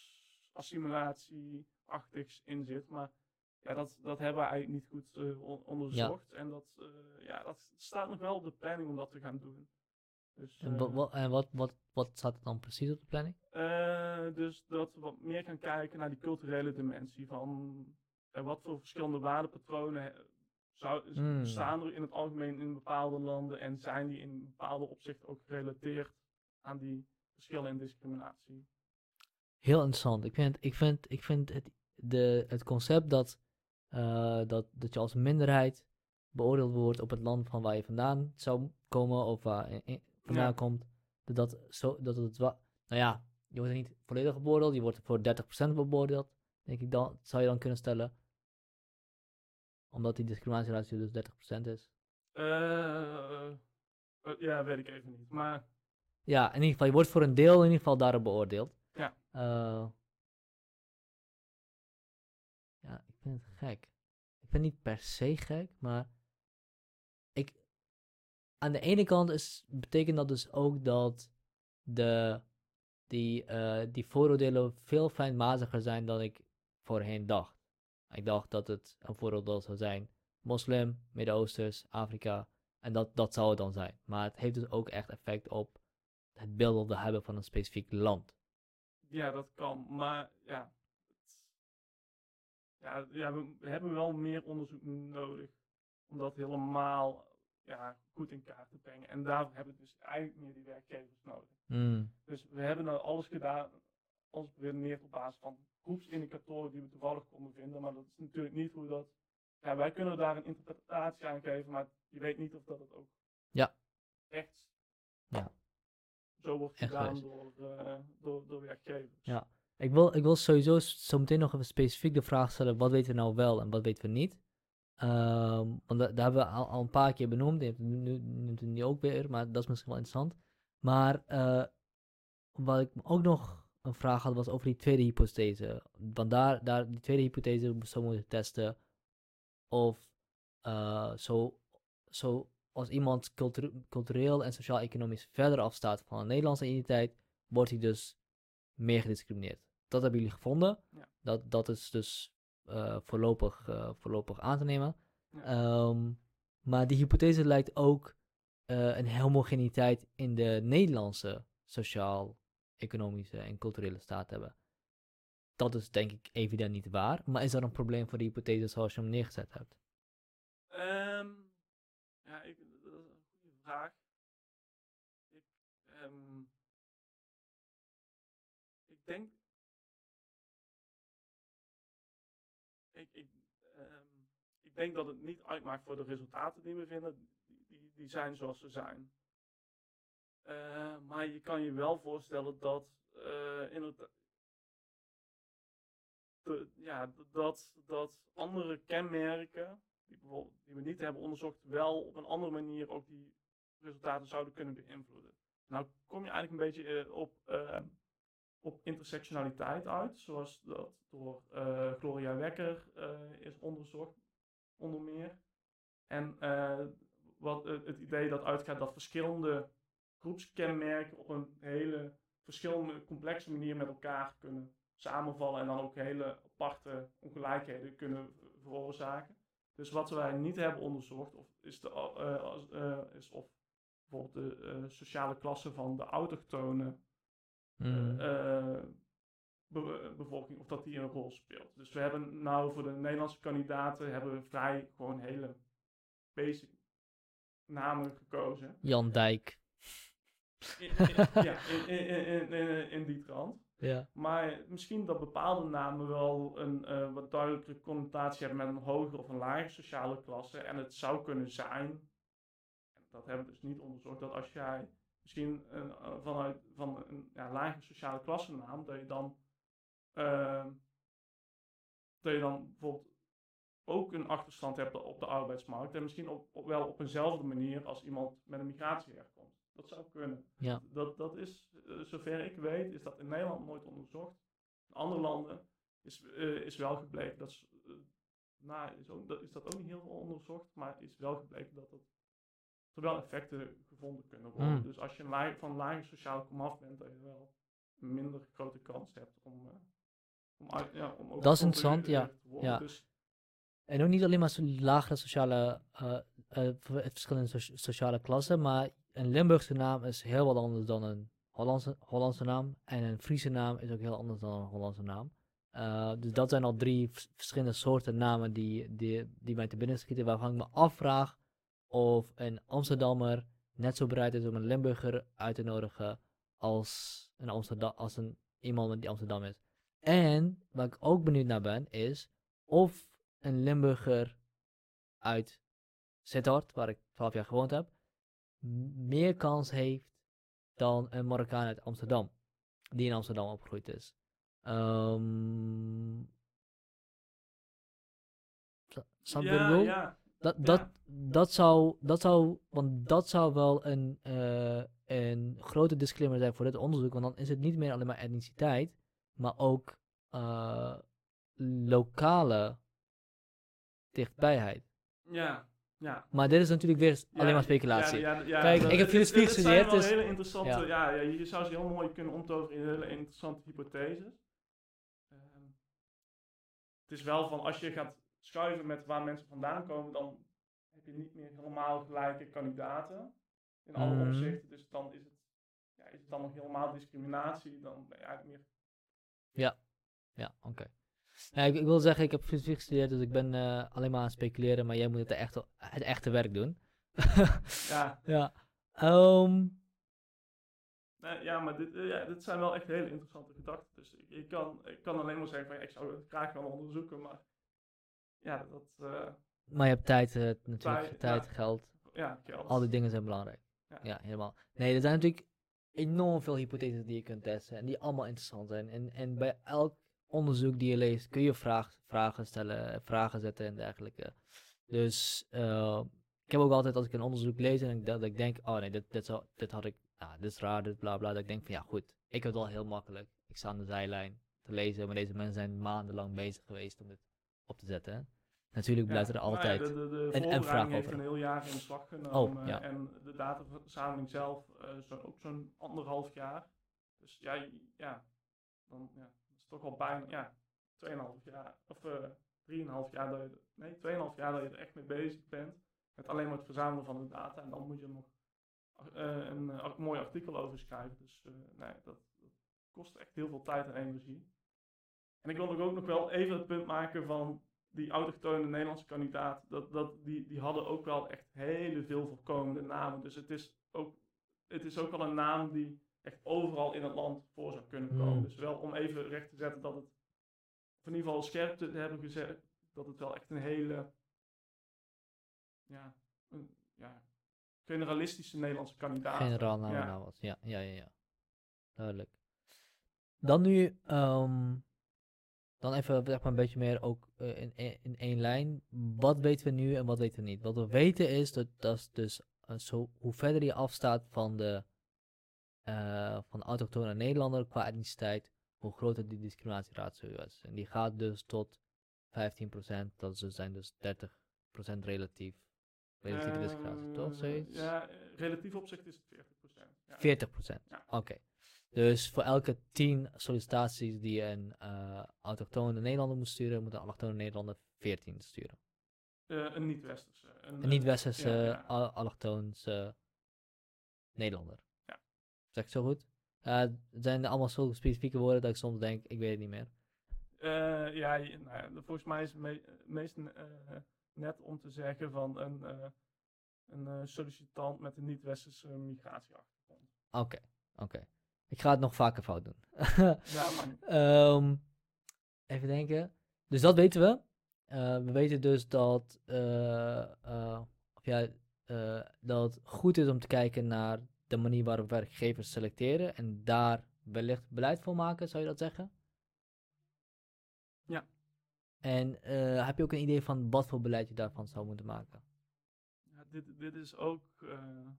assimilatie-achtigs in zit, maar ja, dat, dat hebben we eigenlijk niet goed uh, onderzocht. Ja. En dat, uh, ja, dat staat nog wel op de planning om dat te gaan doen. Dus, uh, en wat, wat, en wat, wat, wat staat er dan precies op de planning? Uh, dus dat we wat meer gaan kijken naar die culturele dimensie van uh, wat voor verschillende waardepatronen uh, zou, mm. staan er in het algemeen in bepaalde landen en zijn die in bepaalde opzichten ook gerelateerd aan die verschillen en discriminatie. Heel interessant. Ik vind, ik vind, ik vind het, de, het concept dat, uh, dat, dat je als minderheid beoordeeld wordt op het land van waar je vandaan zou komen of waar je in, vandaan ja. komt, dat, dat, zo, dat het wa- nou ja, je wordt er niet volledig beoordeeld, je wordt voor dertig procent beoordeeld, denk ik dan, zou je dan kunnen stellen, omdat die discriminatieratio dus dertig procent is. Uh, uh, ja, weet ik even niet, maar... Ja, in ieder geval, je wordt voor een deel in ieder geval daarop beoordeeld. Ja. Uh, ja, ik vind het gek. Ik vind het niet per se gek, maar ik, aan de ene kant is, betekent dat dus ook dat de, die, uh, die vooroordelen veel fijnmaziger zijn dan ik voorheen dacht. Ik dacht dat het een vooroordeel zou zijn, moslim, Midden-Oosters, Afrika, en dat, dat zou het dan zijn. Maar het heeft dus ook echt effect op het beeld dat we hebben van een specifiek land. Ja, dat kan, maar ja, het, ja, ja we, we hebben wel meer onderzoek nodig om dat helemaal ja, goed in kaart te brengen. En daarvoor hebben we dus eigenlijk meer die werkgevers nodig. Mm. Dus we hebben nou alles gedaan, alles beredeneerd op basis van groepsindicatoren die we toevallig konden vinden, maar dat is natuurlijk niet hoe dat... Ja, wij kunnen daar een interpretatie aan geven, maar je weet niet of dat het ook ja. echt ja. zo wordt gedaan door, uh, door, door werkgevers. Ja, ik wil, ik wil sowieso zo meteen nog even specifiek de vraag stellen, wat weten we nou wel en wat weten we niet? Um, want da- daar hebben we al, al een paar keer benoemd, je nu, noemt het nu ook weer, maar dat is misschien wel interessant. Maar uh, wat ik ook nog een vraag had, was over die tweede hypothese. Want daar, daar die tweede hypothese zou moeten testen of uh, zo, zo als iemand culture- cultureel en sociaal-economisch verder afstaat van een Nederlandse identiteit, wordt hij dus meer gediscrimineerd. Dat hebben jullie gevonden. Ja. Dat, dat is dus uh, voorlopig, uh, voorlopig aan te nemen. Ja. Um, maar die hypothese lijkt ook uh, een homogeniteit in de Nederlandse sociaal-economische en culturele staat te hebben. Dat is denk ik evident niet waar. Maar is dat een probleem voor die hypothese zoals je hem neergezet hebt? Um, ja, ik, dat is een goede vraag. Ik, um, ik denk... Ik, ik, um, ik denk dat het niet uitmaakt voor de resultaten die we vinden. Die, die, die zijn zoals ze zijn. Uh, maar je kan je wel voorstellen dat uh, in het, de, ja, d- dat, dat andere kenmerken, die, bijvoorbeeld, die we niet hebben onderzocht, wel op een andere manier ook die resultaten zouden kunnen beïnvloeden. Nou kom je eigenlijk een beetje eh, op, eh, op intersectionaliteit uit, zoals dat door eh, Gloria Wekker eh, is onderzocht, onder meer. En eh, wat, het, het idee dat uitgaat dat verschillende groepskenmerken op een hele verschillende, complexe manier met elkaar kunnen samenvallen en dan ook hele aparte ongelijkheden kunnen veroorzaken. Dus wat wij niet hebben onderzocht, of is, de, uh, als, uh, is of bijvoorbeeld de uh, sociale klasse van de autochtone Mm. uh, be- bevolking, of dat die een rol speelt. Dus we hebben nou voor de Nederlandse kandidaten hebben we vrij gewoon hele basic namen gekozen. Jan Dijk. In, in, ja, in, in, in, in, in die trant. Ja. Maar misschien dat bepaalde namen wel een uh, wat duidelijkere connotatie hebben met een hogere of een lagere sociale klasse. En het zou kunnen zijn, en dat hebben we dus niet onderzocht, dat als jij misschien een, uh, vanuit van een ja, lagere sociale klasse naam, dat je dan, uh, dat je dan bijvoorbeeld ook een achterstand hebt op de arbeidsmarkt. En misschien op, op, wel op eenzelfde manier als iemand met een migratieherkomst. Dat zou kunnen. Ja. Dat, dat is, uh, zover ik weet, is dat in Nederland nooit onderzocht. In andere landen is, uh, is wel gebleken dat, uh, nou, is, ook, dat, is dat ook niet heel veel onderzocht, maar is wel gebleken dat, het, dat er wel effecten gevonden kunnen worden. Mm. Dus als je laag, van lage sociale komaf bent, dat je wel een minder grote kans hebt om, uh, om, uit, ja, om ook dat is interessant, ja. te worden. Ja. Dus, en ook niet alleen maar lagere sociale, uh, uh, verschillende so- sociale klassen, maar een Limburgse naam is heel wat anders dan een Hollandse, Hollandse naam. En een Friese naam is ook heel anders dan een Hollandse naam. Uh, dus dat zijn al drie v- verschillende soorten namen die, die, die mij te binnen schieten, waarvan ik me afvraag of een Amsterdammer net zo bereid is om een Limburger uit te nodigen als een, Amsterdam, als een iemand die Amsterdam is. En waar ik ook benieuwd naar ben, is of een Limburger uit Sittard, waar ik twaalf jaar gewoond heb, meer kans heeft dan een Marokkaan uit Amsterdam, die in Amsterdam opgegroeid is. Um, snap je wat ik bedoel? Ja, dat, ja. dat, dat, zou, dat zou, want dat zou wel een, uh, een grote disclaimer zijn voor dit onderzoek, want dan is het niet meer alleen maar etniciteit, maar ook uh, lokale dichtbijheid. Ja, ja. Maar dit is natuurlijk weer Ja, alleen maar speculatie. Ja, ja, ja, Kijk, dat, ik heb filosofie het, het, het gestudeerd, zijn wel dus... hele interessante... Ja. Ja, ja, je zou ze heel mooi kunnen omtoveren in hele interessante hypotheses. Um, het is wel van, als je gaat schuiven met waar mensen vandaan komen, dan heb je niet meer helemaal gelijke kandidaten. In alle Mm. opzichten. Dus dan is het, ja, is het dan nog helemaal discriminatie. Dan ben je eigenlijk meer... Ja, ja, oké. Okay. Ja, ik, ik wil zeggen, ik heb filosofie gestudeerd, dus ik ben uh, alleen maar aan het speculeren, maar jij moet het, echte, het echte werk doen. ja. Ja. Um, nee, ja, maar dit, uh, ja, dit zijn wel echt hele interessante gedachten. Dus ik, ik, kan, ik kan alleen maar zeggen van ja, ik zou het graag willen onderzoeken, maar ja, dat... Uh, maar je hebt tijd, uh, natuurlijk, tijd, tijd ja, geld. Ja, geld. Al die dingen zijn belangrijk. Ja. ja, helemaal. Nee, er zijn natuurlijk enorm veel hypotheses die je kunt testen en die allemaal interessant zijn. En, en bij elk onderzoek die je leest, kun je vraag, vragen stellen, vragen zetten en dergelijke. Dus uh, ik heb ook altijd, als ik een onderzoek lees en ik, dat, dat ik denk, oh nee, dit, dit, zou, dit had ik, nou, dit is raar, dit bla bla, dat ik denk van ja goed, ik heb het al heel makkelijk. Ik sta aan de zijlijn te lezen, maar deze mensen zijn maandenlang bezig geweest om dit op te zetten. Hè? Natuurlijk blijft ja, er altijd ja, de, de, de een, een vraag heeft over. een heel jaar in beslag genomen. Oh, ja. En de dataverzameling zelf uh, zo, ook zo'n anderhalf jaar. Dus ja, ja, dan ja, dat is toch al bijna, ja, tweeënhalf jaar, of uh, drieënhalf jaar dat je, nee, tweeënhalf jaar dat je er echt mee bezig bent. Met alleen maar het verzamelen van de data. En dan moet je er nog uh, een uh, mooi artikel over schrijven. Dus uh, nee, dat, dat kost echt heel veel tijd en energie. En ik wil nog ook nog wel even het punt maken van die autochtone Nederlandse kandidaat, dat, dat, die, die hadden ook wel echt hele veel voorkomende namen. Dus het is ook, het is ook wel een naam die echt overal in het land voor zou kunnen komen. Mm. Dus wel om even recht te zetten dat het, of in ieder geval scherp te hebben gezegd, dat het wel echt een hele, ja, een, ja generalistische Nederlandse kandidaat Generaal naam ja. nou was, ja, ja, ja, ja. Duidelijk. Dan nu, um, dan even zeg maar, een beetje meer ook uh, in, in, in één lijn. Wat weten we nu en wat weten we niet? Wat we weten is dat, dat is dus uh, zo, hoe verder je afstaat van de, uh, van de autochtone Nederlander qua etniciteit, hoe groter die discriminatieratio is. En die gaat dus tot vijftien procent, dat zijn dus dertig procent relatief. Relatieve discriminatie, toch? Zoiets? Ja, relatief opzicht is het veertig procent. Ja. veertig procent, ja. oké. Okay. Dus voor elke tien sollicitaties die een uh, autochtone Nederlander moet sturen, moet een allochtone Nederlander veertien sturen. Uh, een niet-westerse. Een, een niet-westerse, ja, ja. al- allochtoonse Nederlander. Ja. Zeg ik zo goed? Uh, het zijn allemaal zo specifieke woorden dat ik soms denk, ik weet het niet meer. Uh, ja, nou ja, volgens mij is het me- meest uh, net om te zeggen van een, uh, een uh, sollicitant met een niet-westerse migratieachtergrond. Oké, okay, oké. Okay. Ik ga het nog vaker fout doen. ja, man. um, even denken. Dus dat weten we. Uh, we weten dus dat, uh, uh, of ja, uh, dat het goed is om te kijken naar de manier waarop werkgevers selecteren en daar wellicht beleid voor maken, zou je dat zeggen? Ja. En uh, heb je ook een idee van wat voor beleid je daarvan zou moeten maken? Ja, dit, dit is ook... Uh,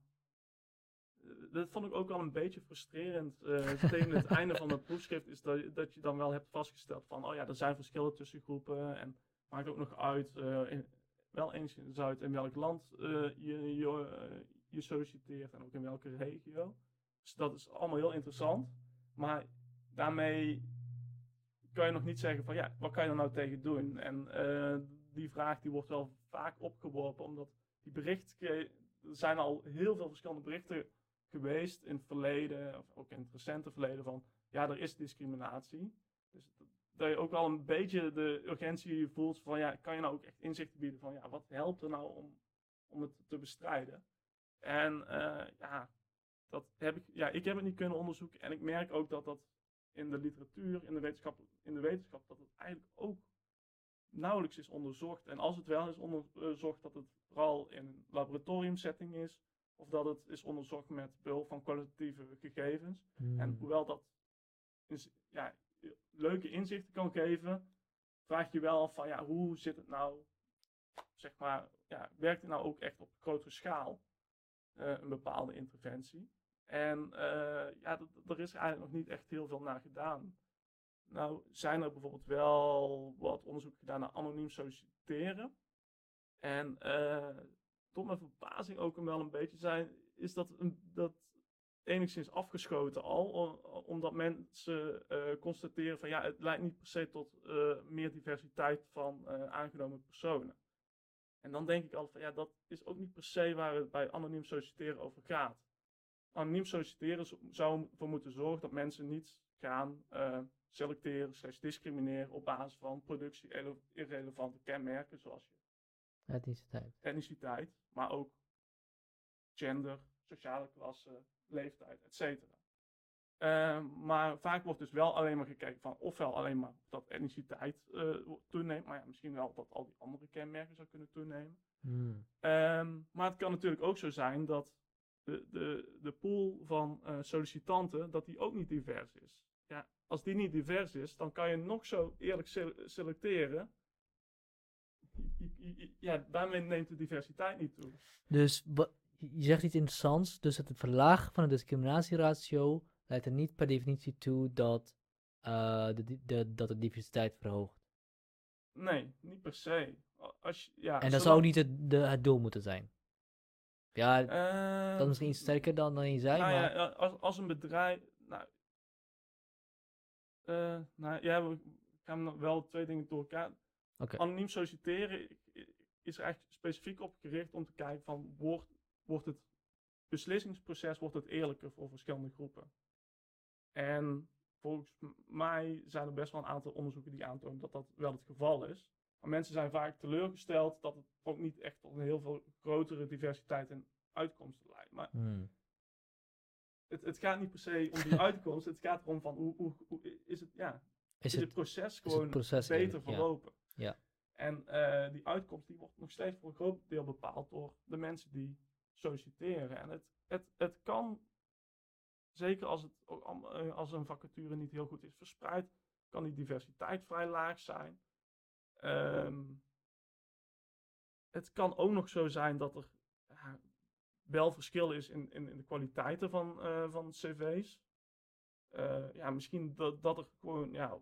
dat vond ik ook wel een beetje frustrerend. Uh, tegen het einde van het proefschrift is dat, dat je dan wel hebt vastgesteld van... Oh ja, er zijn verschillen tussen groepen en maakt ook nog uit... Uh, in, wel enigszins uit in welk land uh, je, je, uh, je solliciteert en ook in welke regio. Dus dat is allemaal heel interessant. Maar daarmee kan je nog niet zeggen van ja, wat kan je er nou tegen doen? En uh, die vraag die wordt wel vaak opgeworpen, omdat die berichten, er zijn al heel veel verschillende berichten geweest in het verleden, of ook in het recente verleden van ja, er is discriminatie. Dus dat je ook wel een beetje de urgentie voelt van ja, kan je nou ook echt inzicht bieden van ja, wat helpt er nou om, om het te bestrijden? En uh, ja, dat heb ik, ja, ik heb het niet kunnen onderzoeken en ik merk ook dat dat in de literatuur, in de wetenschap, in de wetenschap dat het eigenlijk ook nauwelijks is onderzocht. En als het wel is onderzocht, dat het vooral in een laboratoriumsetting is, of dat het is onderzocht met behulp van kwalitatieve gegevens. Hmm. En hoewel dat is, ja, leuke inzichten kan geven, vraag je wel af van ja, hoe zit het nou, zeg maar, ja, werkt het nou ook echt op grotere schaal, uh, een bepaalde interventie? En uh, ja, d- er is eigenlijk nog niet echt heel veel naar gedaan. Nou zijn er bijvoorbeeld wel wat onderzoek gedaan naar anoniem solliciteren. En uh, tot mijn verbazing ook wel een beetje zijn, is dat, een, dat enigszins afgeschoten al. Omdat mensen uh, constateren van ja, het leidt niet per se tot uh, meer diversiteit van uh, aangenomen personen. En dan denk ik altijd van ja, dat is ook niet per se waar het bij anoniem solliciteren over gaat. Anoniem solliciteren zou ervoor moeten zorgen dat mensen niet gaan uh, selecteren, slechts discrimineren op basis van productie-irrelevante kenmerken, zoals je etniciteit. etniciteit, maar ook gender, sociale klasse, leeftijd, et cetera. Uh, maar vaak wordt dus wel alleen maar gekeken van ofwel alleen maar dat etniciteit uh, toeneemt, maar ja, misschien wel dat al die andere kenmerken zou kunnen toenemen. Hmm. Um, maar het kan natuurlijk ook zo zijn dat de, de, de pool van uh, sollicitanten, dat die ook niet divers is. Ja, als die niet divers is, dan kan je nog zo eerlijk se- selecteren. Ja, daarmee neemt de diversiteit niet toe. Dus je zegt iets interessants, dus het verlagen van de discriminatieratio leidt er niet per definitie toe dat, uh, de, de, dat de diversiteit verhoogt. Nee, niet per se. Als je, ja, en dat zolang... zou ook niet het, de, het doel moeten zijn. Ja, uh, dat is misschien iets sterker dan, dan je zei, nou maar... Ja, als, als een bedrijf... Nou, uh, nou ja, we gaan wel twee dingen door elkaar. Okay. Anoniem solliciteren is er echt specifiek op gericht om te kijken van... Wordt, wordt het beslissingsproces wordt het eerlijker voor verschillende groepen? En volgens mij zijn er best wel een aantal onderzoeken die aantonen dat dat wel het geval is. Maar mensen zijn vaak teleurgesteld dat het ook niet echt tot een heel veel grotere diversiteit en uitkomsten leidt. Maar hmm. het, het gaat niet per se om die uitkomst. Het gaat erom van hoe, hoe, hoe is het, ja, is, is het, het proces gewoon het proces beter eerlijk, verlopen. Ja. Ja. En uh, die uitkomst die wordt nog steeds voor een groot deel bepaald door de mensen die solliciteren. En het, het, het kan, zeker als, het, als een vacature niet heel goed is verspreid, kan die diversiteit vrij laag zijn. Um, het kan ook nog zo zijn dat er ja, wel verschil is in, in, in de kwaliteiten van, uh, van cv's. Uh, ja, misschien dat, dat er gewoon ja,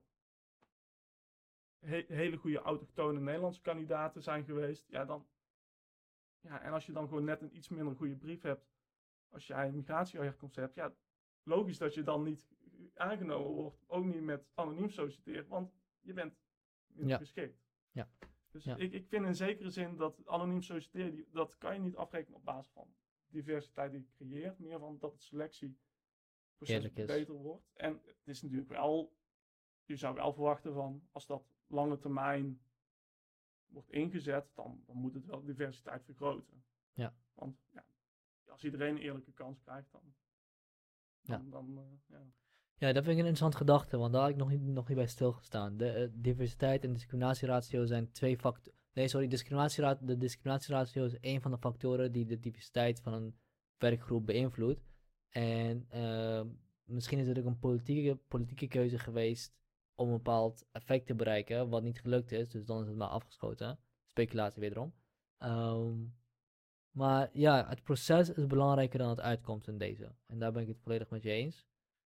he, hele goede autochtone Nederlandse kandidaten zijn geweest. Ja, dan, ja, en als je dan gewoon net een iets minder goede brief hebt, als jij een migratieherkomst hebt, ja, logisch dat je dan niet aangenomen wordt, ook niet met anoniem solliciteren, want je bent niet ja. geschikt. Ja. Dus ja. ik, ik vind in zekere zin dat anoniem solliciteren, die, dat kan je niet afrekenen op basis van diversiteit die je creëert, meer van dat het selectieproces beter wordt. En het is natuurlijk wel, je zou wel verwachten van, als dat lange termijn wordt ingezet, dan, dan moet het wel diversiteit vergroten. Ja. Want ja, als iedereen een eerlijke kans krijgt, dan... dan, ja. dan uh, ja. Ja, dat vind ik een interessante gedachte, want daar had ik nog niet, nog niet bij stilgestaan. De uh, diversiteit en discriminatieratio zijn twee factoren. Nee, sorry, discriminatieratio, de discriminatieratio is een van de factoren die de diversiteit van een werkgroep beïnvloedt. En uh, misschien is het ook een politieke, politieke keuze geweest om een bepaald effect te bereiken, wat niet gelukt is, dus dan is het maar afgeschoten. Speculatie wederom. Um, maar ja, het proces is belangrijker dan het uitkomst in deze. En daar ben ik het volledig met je eens.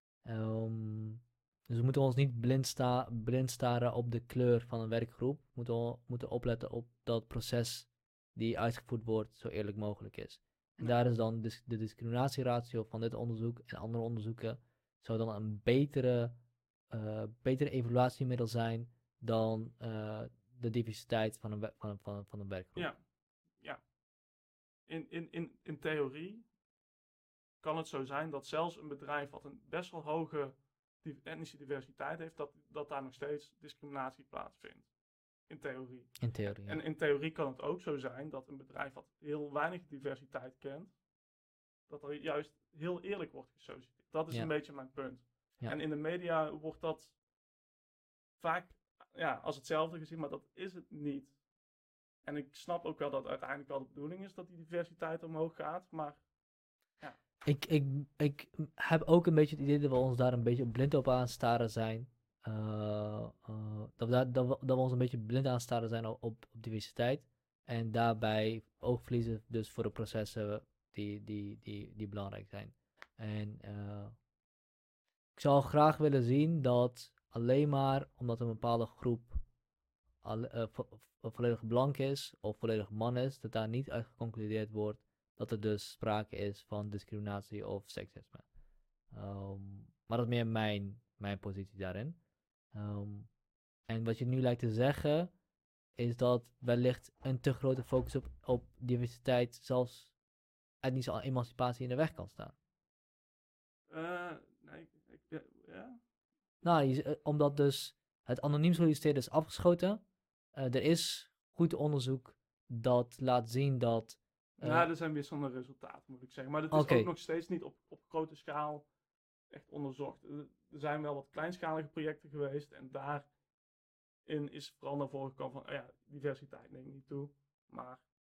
Um, dus we moeten ons niet blind, sta- blind staren op de kleur van een werkgroep. We moeten, moeten opletten op dat het proces die uitgevoerd wordt zo eerlijk mogelijk is. En ja. daar is dan dis- de discriminatieratio van dit onderzoek en andere onderzoeken zou dan een betere, uh, betere evaluatiemiddel zijn dan uh, de diversiteit van een, we- van, van, van een werkgroep. Ja, ja. In, in, in, in theorie kan het zo zijn dat zelfs een bedrijf wat een best wel hoge etnische diversiteit heeft, dat, dat daar nog steeds discriminatie plaatsvindt. In theorie. In theorie, En ja. in theorie kan het ook zo zijn dat een bedrijf wat heel weinig diversiteit kent, dat er juist heel eerlijk wordt gesolliciteerd. Dat is ja. een beetje mijn punt. Ja. En in de media wordt dat vaak ja, als hetzelfde gezien, maar dat is het niet. En ik snap ook wel dat uiteindelijk wel de bedoeling is dat die diversiteit omhoog gaat, maar ja. Ik, ik, ik heb ook een beetje het idee dat we ons daar een beetje blind op aan staren zijn. Uh, uh, dat, we daar, dat, we, dat we ons een beetje blind aan staren zijn op, op diversiteit. En daarbij oog verliezen dus voor de processen die, die, die, die belangrijk zijn. En uh, ik zou graag willen zien dat alleen maar omdat een bepaalde groep al, uh, vo, volledig blank is of volledig man is, dat daar niet uit geconcludeerd wordt dat er dus sprake is van discriminatie of seksisme. Um, maar dat is meer mijn, mijn positie daarin. Um, en wat je nu lijkt te zeggen, is dat wellicht een te grote focus op, op diversiteit, zelfs etnische emancipatie in de weg kan staan. Uh, nee, ik, ik, ja. Nou, je, omdat dus het anoniem solliciteren is afgeschoten. Uh, er is goed onderzoek dat laat zien dat Uh, ja, er zijn wisselende resultaten, moet ik zeggen. Maar dat is okay. ook nog steeds niet op, op grote schaal echt onderzocht. Er zijn wel wat kleinschalige projecten geweest en daarin is vooral naar voren gekomen van, oh ja, diversiteit neemt niet toe. Maar,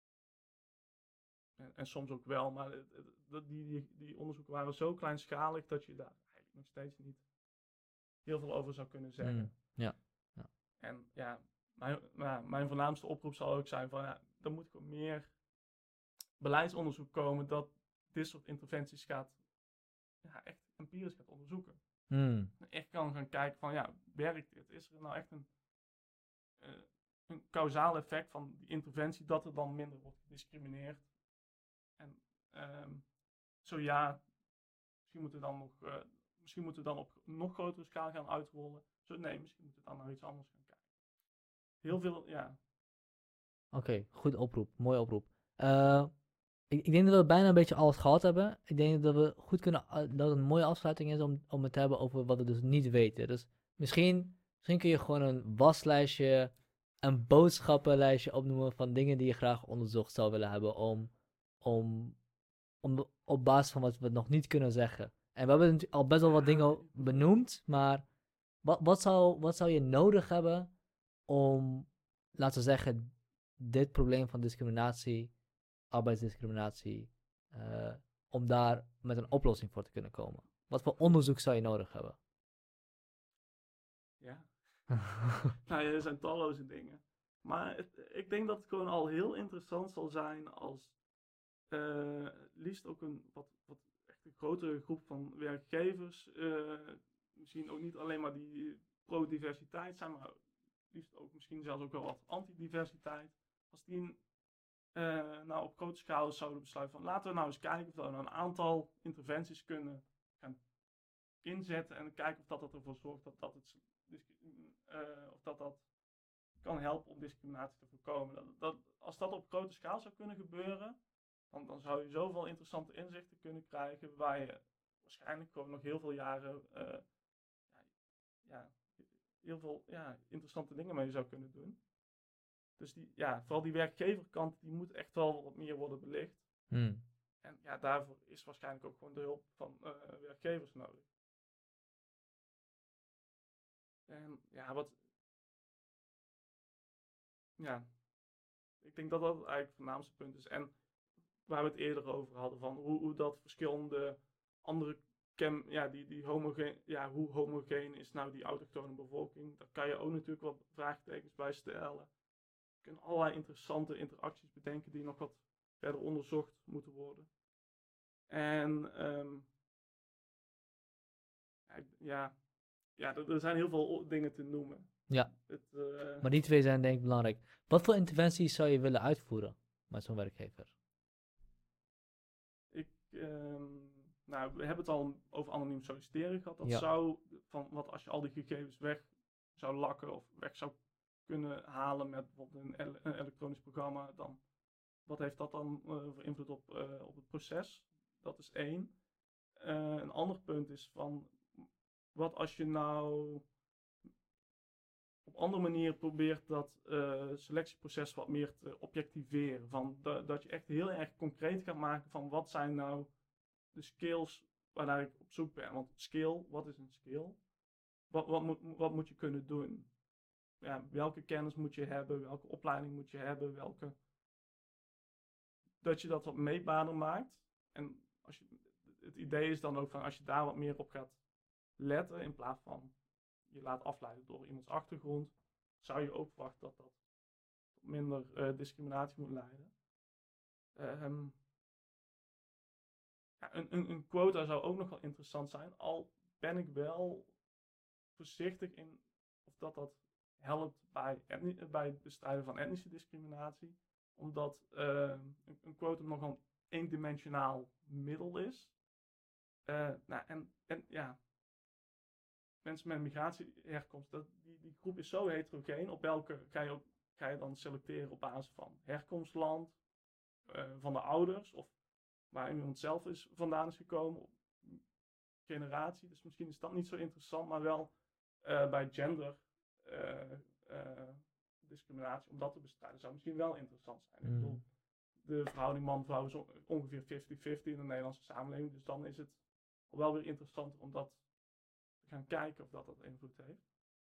en, en soms ook wel, maar het, het, die, die, die onderzoeken waren zo kleinschalig dat je daar eigenlijk nog steeds niet heel veel over zou kunnen zeggen. Mm, ja. ja. En ja, mijn, nou, mijn voornaamste oproep zal ook zijn van, ja, er moet gewoon meer beleidsonderzoek komen dat dit soort interventies gaat, ja, echt empirisch gaat onderzoeken. Mm. Echt kan gaan kijken van, ja, werkt dit? Is er nou echt een, uh, een kausaal effect van die interventie dat er dan minder wordt gediscrimineerd? En um, zo ja, misschien moeten we dan nog, uh, misschien moeten we dan op nog grotere schaal gaan uitrollen. Zo nee, misschien moeten we dan naar iets anders gaan kijken. Heel veel, ja. Oké, okay, goed oproep, mooi oproep. Uh, Ik, ik denk dat we bijna een beetje alles gehad hebben. Ik denk dat we goed kunnen, uh, dat het een mooie afsluiting is om, om het te hebben over wat we dus niet weten. Dus misschien, misschien kun je gewoon een waslijstje, een boodschappenlijstje opnoemen van dingen die je graag onderzocht zou willen hebben om, om, om op basis van wat we nog niet kunnen zeggen. En we hebben al best wel wat dingen benoemd, maar wat, wat, zou, wat zou je nodig hebben om, laten we zeggen, dit probleem van discriminatie, arbeidsdiscriminatie, uh, om daar met een oplossing voor te kunnen komen? Wat voor onderzoek zou je nodig hebben? Ja. Nou ja, er zijn talloze dingen. Maar het, ik denk dat het gewoon al heel interessant zal zijn als uh, liefst ook een wat, wat echt een grotere groep van werkgevers, uh, misschien ook niet alleen maar die pro-diversiteit zijn, maar liefst ook misschien zelfs ook wel wat anti-diversiteit. Als die uh, nou op grote schaal zouden besluiten van laten we nou eens kijken of we nou een aantal interventies kunnen gaan inzetten en kijken of dat, dat ervoor zorgt dat dat het uh, of dat dat kan helpen om discriminatie te voorkomen. Dat, dat, als dat op grote schaal zou kunnen gebeuren, dan, dan zou je zoveel interessante inzichten kunnen krijgen waar je waarschijnlijk gewoon nog heel veel jaren uh, ja, ja, heel veel ja, interessante dingen mee zou kunnen doen. Dus die, ja, vooral die werkgeverkant, die moet echt wel wat meer worden belicht. Hmm. En ja, daarvoor is waarschijnlijk ook gewoon de hulp van uh, werkgevers nodig. En ja, wat... Ja, ik denk dat dat eigenlijk het voornaamste punt is. En waar we het eerder over hadden, van hoe, hoe dat verschillende andere chem, ja, die, die homogeen, ja, hoe homogeen is nou die autochtone bevolking? Daar kan je ook natuurlijk wat vraagtekens bij stellen. Je kunt allerlei interessante interacties bedenken die nog wat verder onderzocht moeten worden. En um, ja, ja, er, er zijn heel veel dingen te noemen. Ja, het, uh, maar die twee zijn denk ik belangrijk. Wat voor interventies zou je willen uitvoeren met zo'n werkgever? Ik, um, nou, we hebben het al over anoniem solliciteren gehad. Dat ja. zou, van wat als je al die gegevens weg zou lakken of weg zou kunnen halen met bijvoorbeeld een, ele- een elektronisch programma, dan wat heeft dat dan uh, voor invloed op, uh, op het proces? Dat is één. Uh, een ander punt is van, wat als je nou op andere manier probeert dat uh, selectieproces wat meer te objectiveren. Van de, dat je echt heel erg concreet gaat maken van wat zijn nou de skills waar ik op zoek ben. Want skill, wat is een skill? Wat, wat, moet, wat moet je kunnen doen? Ja, welke kennis moet je hebben? Welke opleiding moet je hebben? Welke... Dat je dat wat meetbaarder maakt. En als je, het idee is dan ook van als je daar wat meer op gaat letten in plaats van je laat afleiden door iemands achtergrond, zou je ook verwachten dat dat tot minder uh, discriminatie moet leiden. Um, ja, een, een, een quota zou ook nog wel interessant zijn, al ben ik wel voorzichtig in of dat dat helpt bij, etni- bij het bestrijden van etnische discriminatie, omdat uh, een, een quotum nog een eendimensionaal middel is. Uh, nou, en, en ja, mensen met migratieherkomst, dat, die, die groep is zo heterogeen. Op welke ga je, ook, ga je dan selecteren op basis van herkomstland, uh, van de ouders, of waar iemand zelf is, vandaan is gekomen, generatie. Dus misschien is dat niet zo interessant, maar wel uh, bij gender uh, uh, discriminatie, om dat te bestrijden, zou misschien wel interessant zijn. Mm. Ik bedoel, de verhouding man-vrouw is ongeveer vijftig vijftig in de Nederlandse samenleving, dus dan is het wel weer interessant om dat gaan kijken of dat dat invloed heeft.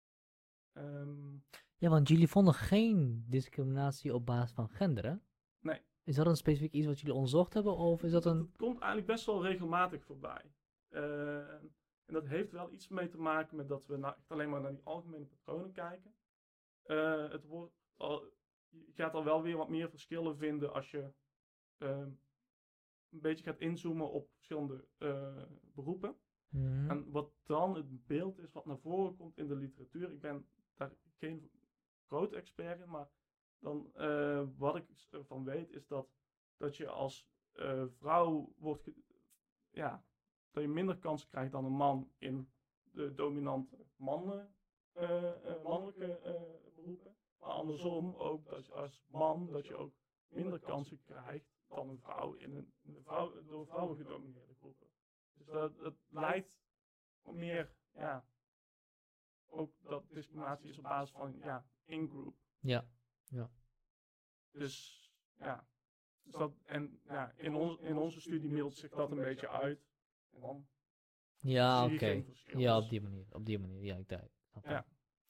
Um, ja, want jullie vonden geen discriminatie op basis van gender, hè? Nee. Is dat een specifiek iets wat jullie onderzocht hebben, of is dat een... Het komt eigenlijk best wel regelmatig voorbij. Uh, en dat heeft wel iets mee te maken met dat we nou echt alleen maar naar die algemene patronen kijken. Uh, het wordt al, je gaat al wel weer wat meer verschillen vinden als je uh, een beetje gaat inzoomen op verschillende uh, beroepen. Mm-hmm. En wat dan het beeld is wat naar voren komt in de literatuur. Ik ben daar geen groot expert in, maar dan, uh, wat ik ervan weet is dat, dat je als uh, vrouw wordt, ge- ja, dat je minder kansen krijgt dan een man in de dominante mannen, uh, uh, mannelijke uh, beroepen. Maar andersom ook dat je als man dat je ook minder kansen krijgt dan een vrouw in een, in de vrouw, door vrouwen gedomineerde groepen. Dus dat, dat leidt meer, ja, ook dat discriminatie is op basis van, ja, in-group. Ja, ja. Dus, ja. Dus dat, en ja, in, on, in onze studie middelt zich dat een beetje uit. En dan ja, oké. Okay. Ja, op die manier. Op die manier, ja, ik denk. Ja.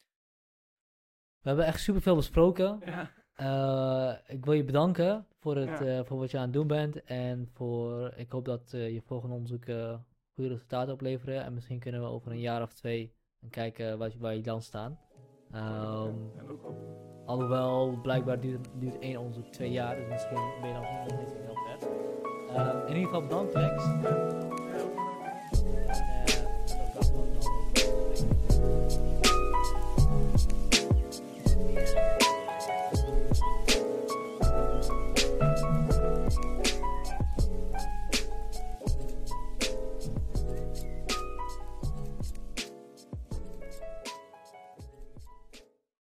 We hebben echt superveel besproken. Ja. Uh, ik wil je bedanken voor, het, ja. uh, voor wat je aan het doen bent. En voor, ik hoop dat uh, je volgende onderzoeken uh, goede resultaten opleveren. En misschien kunnen we over een jaar of twee En kijken waar, waar je dan staan. Um, en ook op. Alhoewel, blijkbaar duurt, duurt één onderzoek twee jaar, dus misschien ben je dan nog niet zo heel ver. Um, in ieder geval bedankt, Lex. Uh,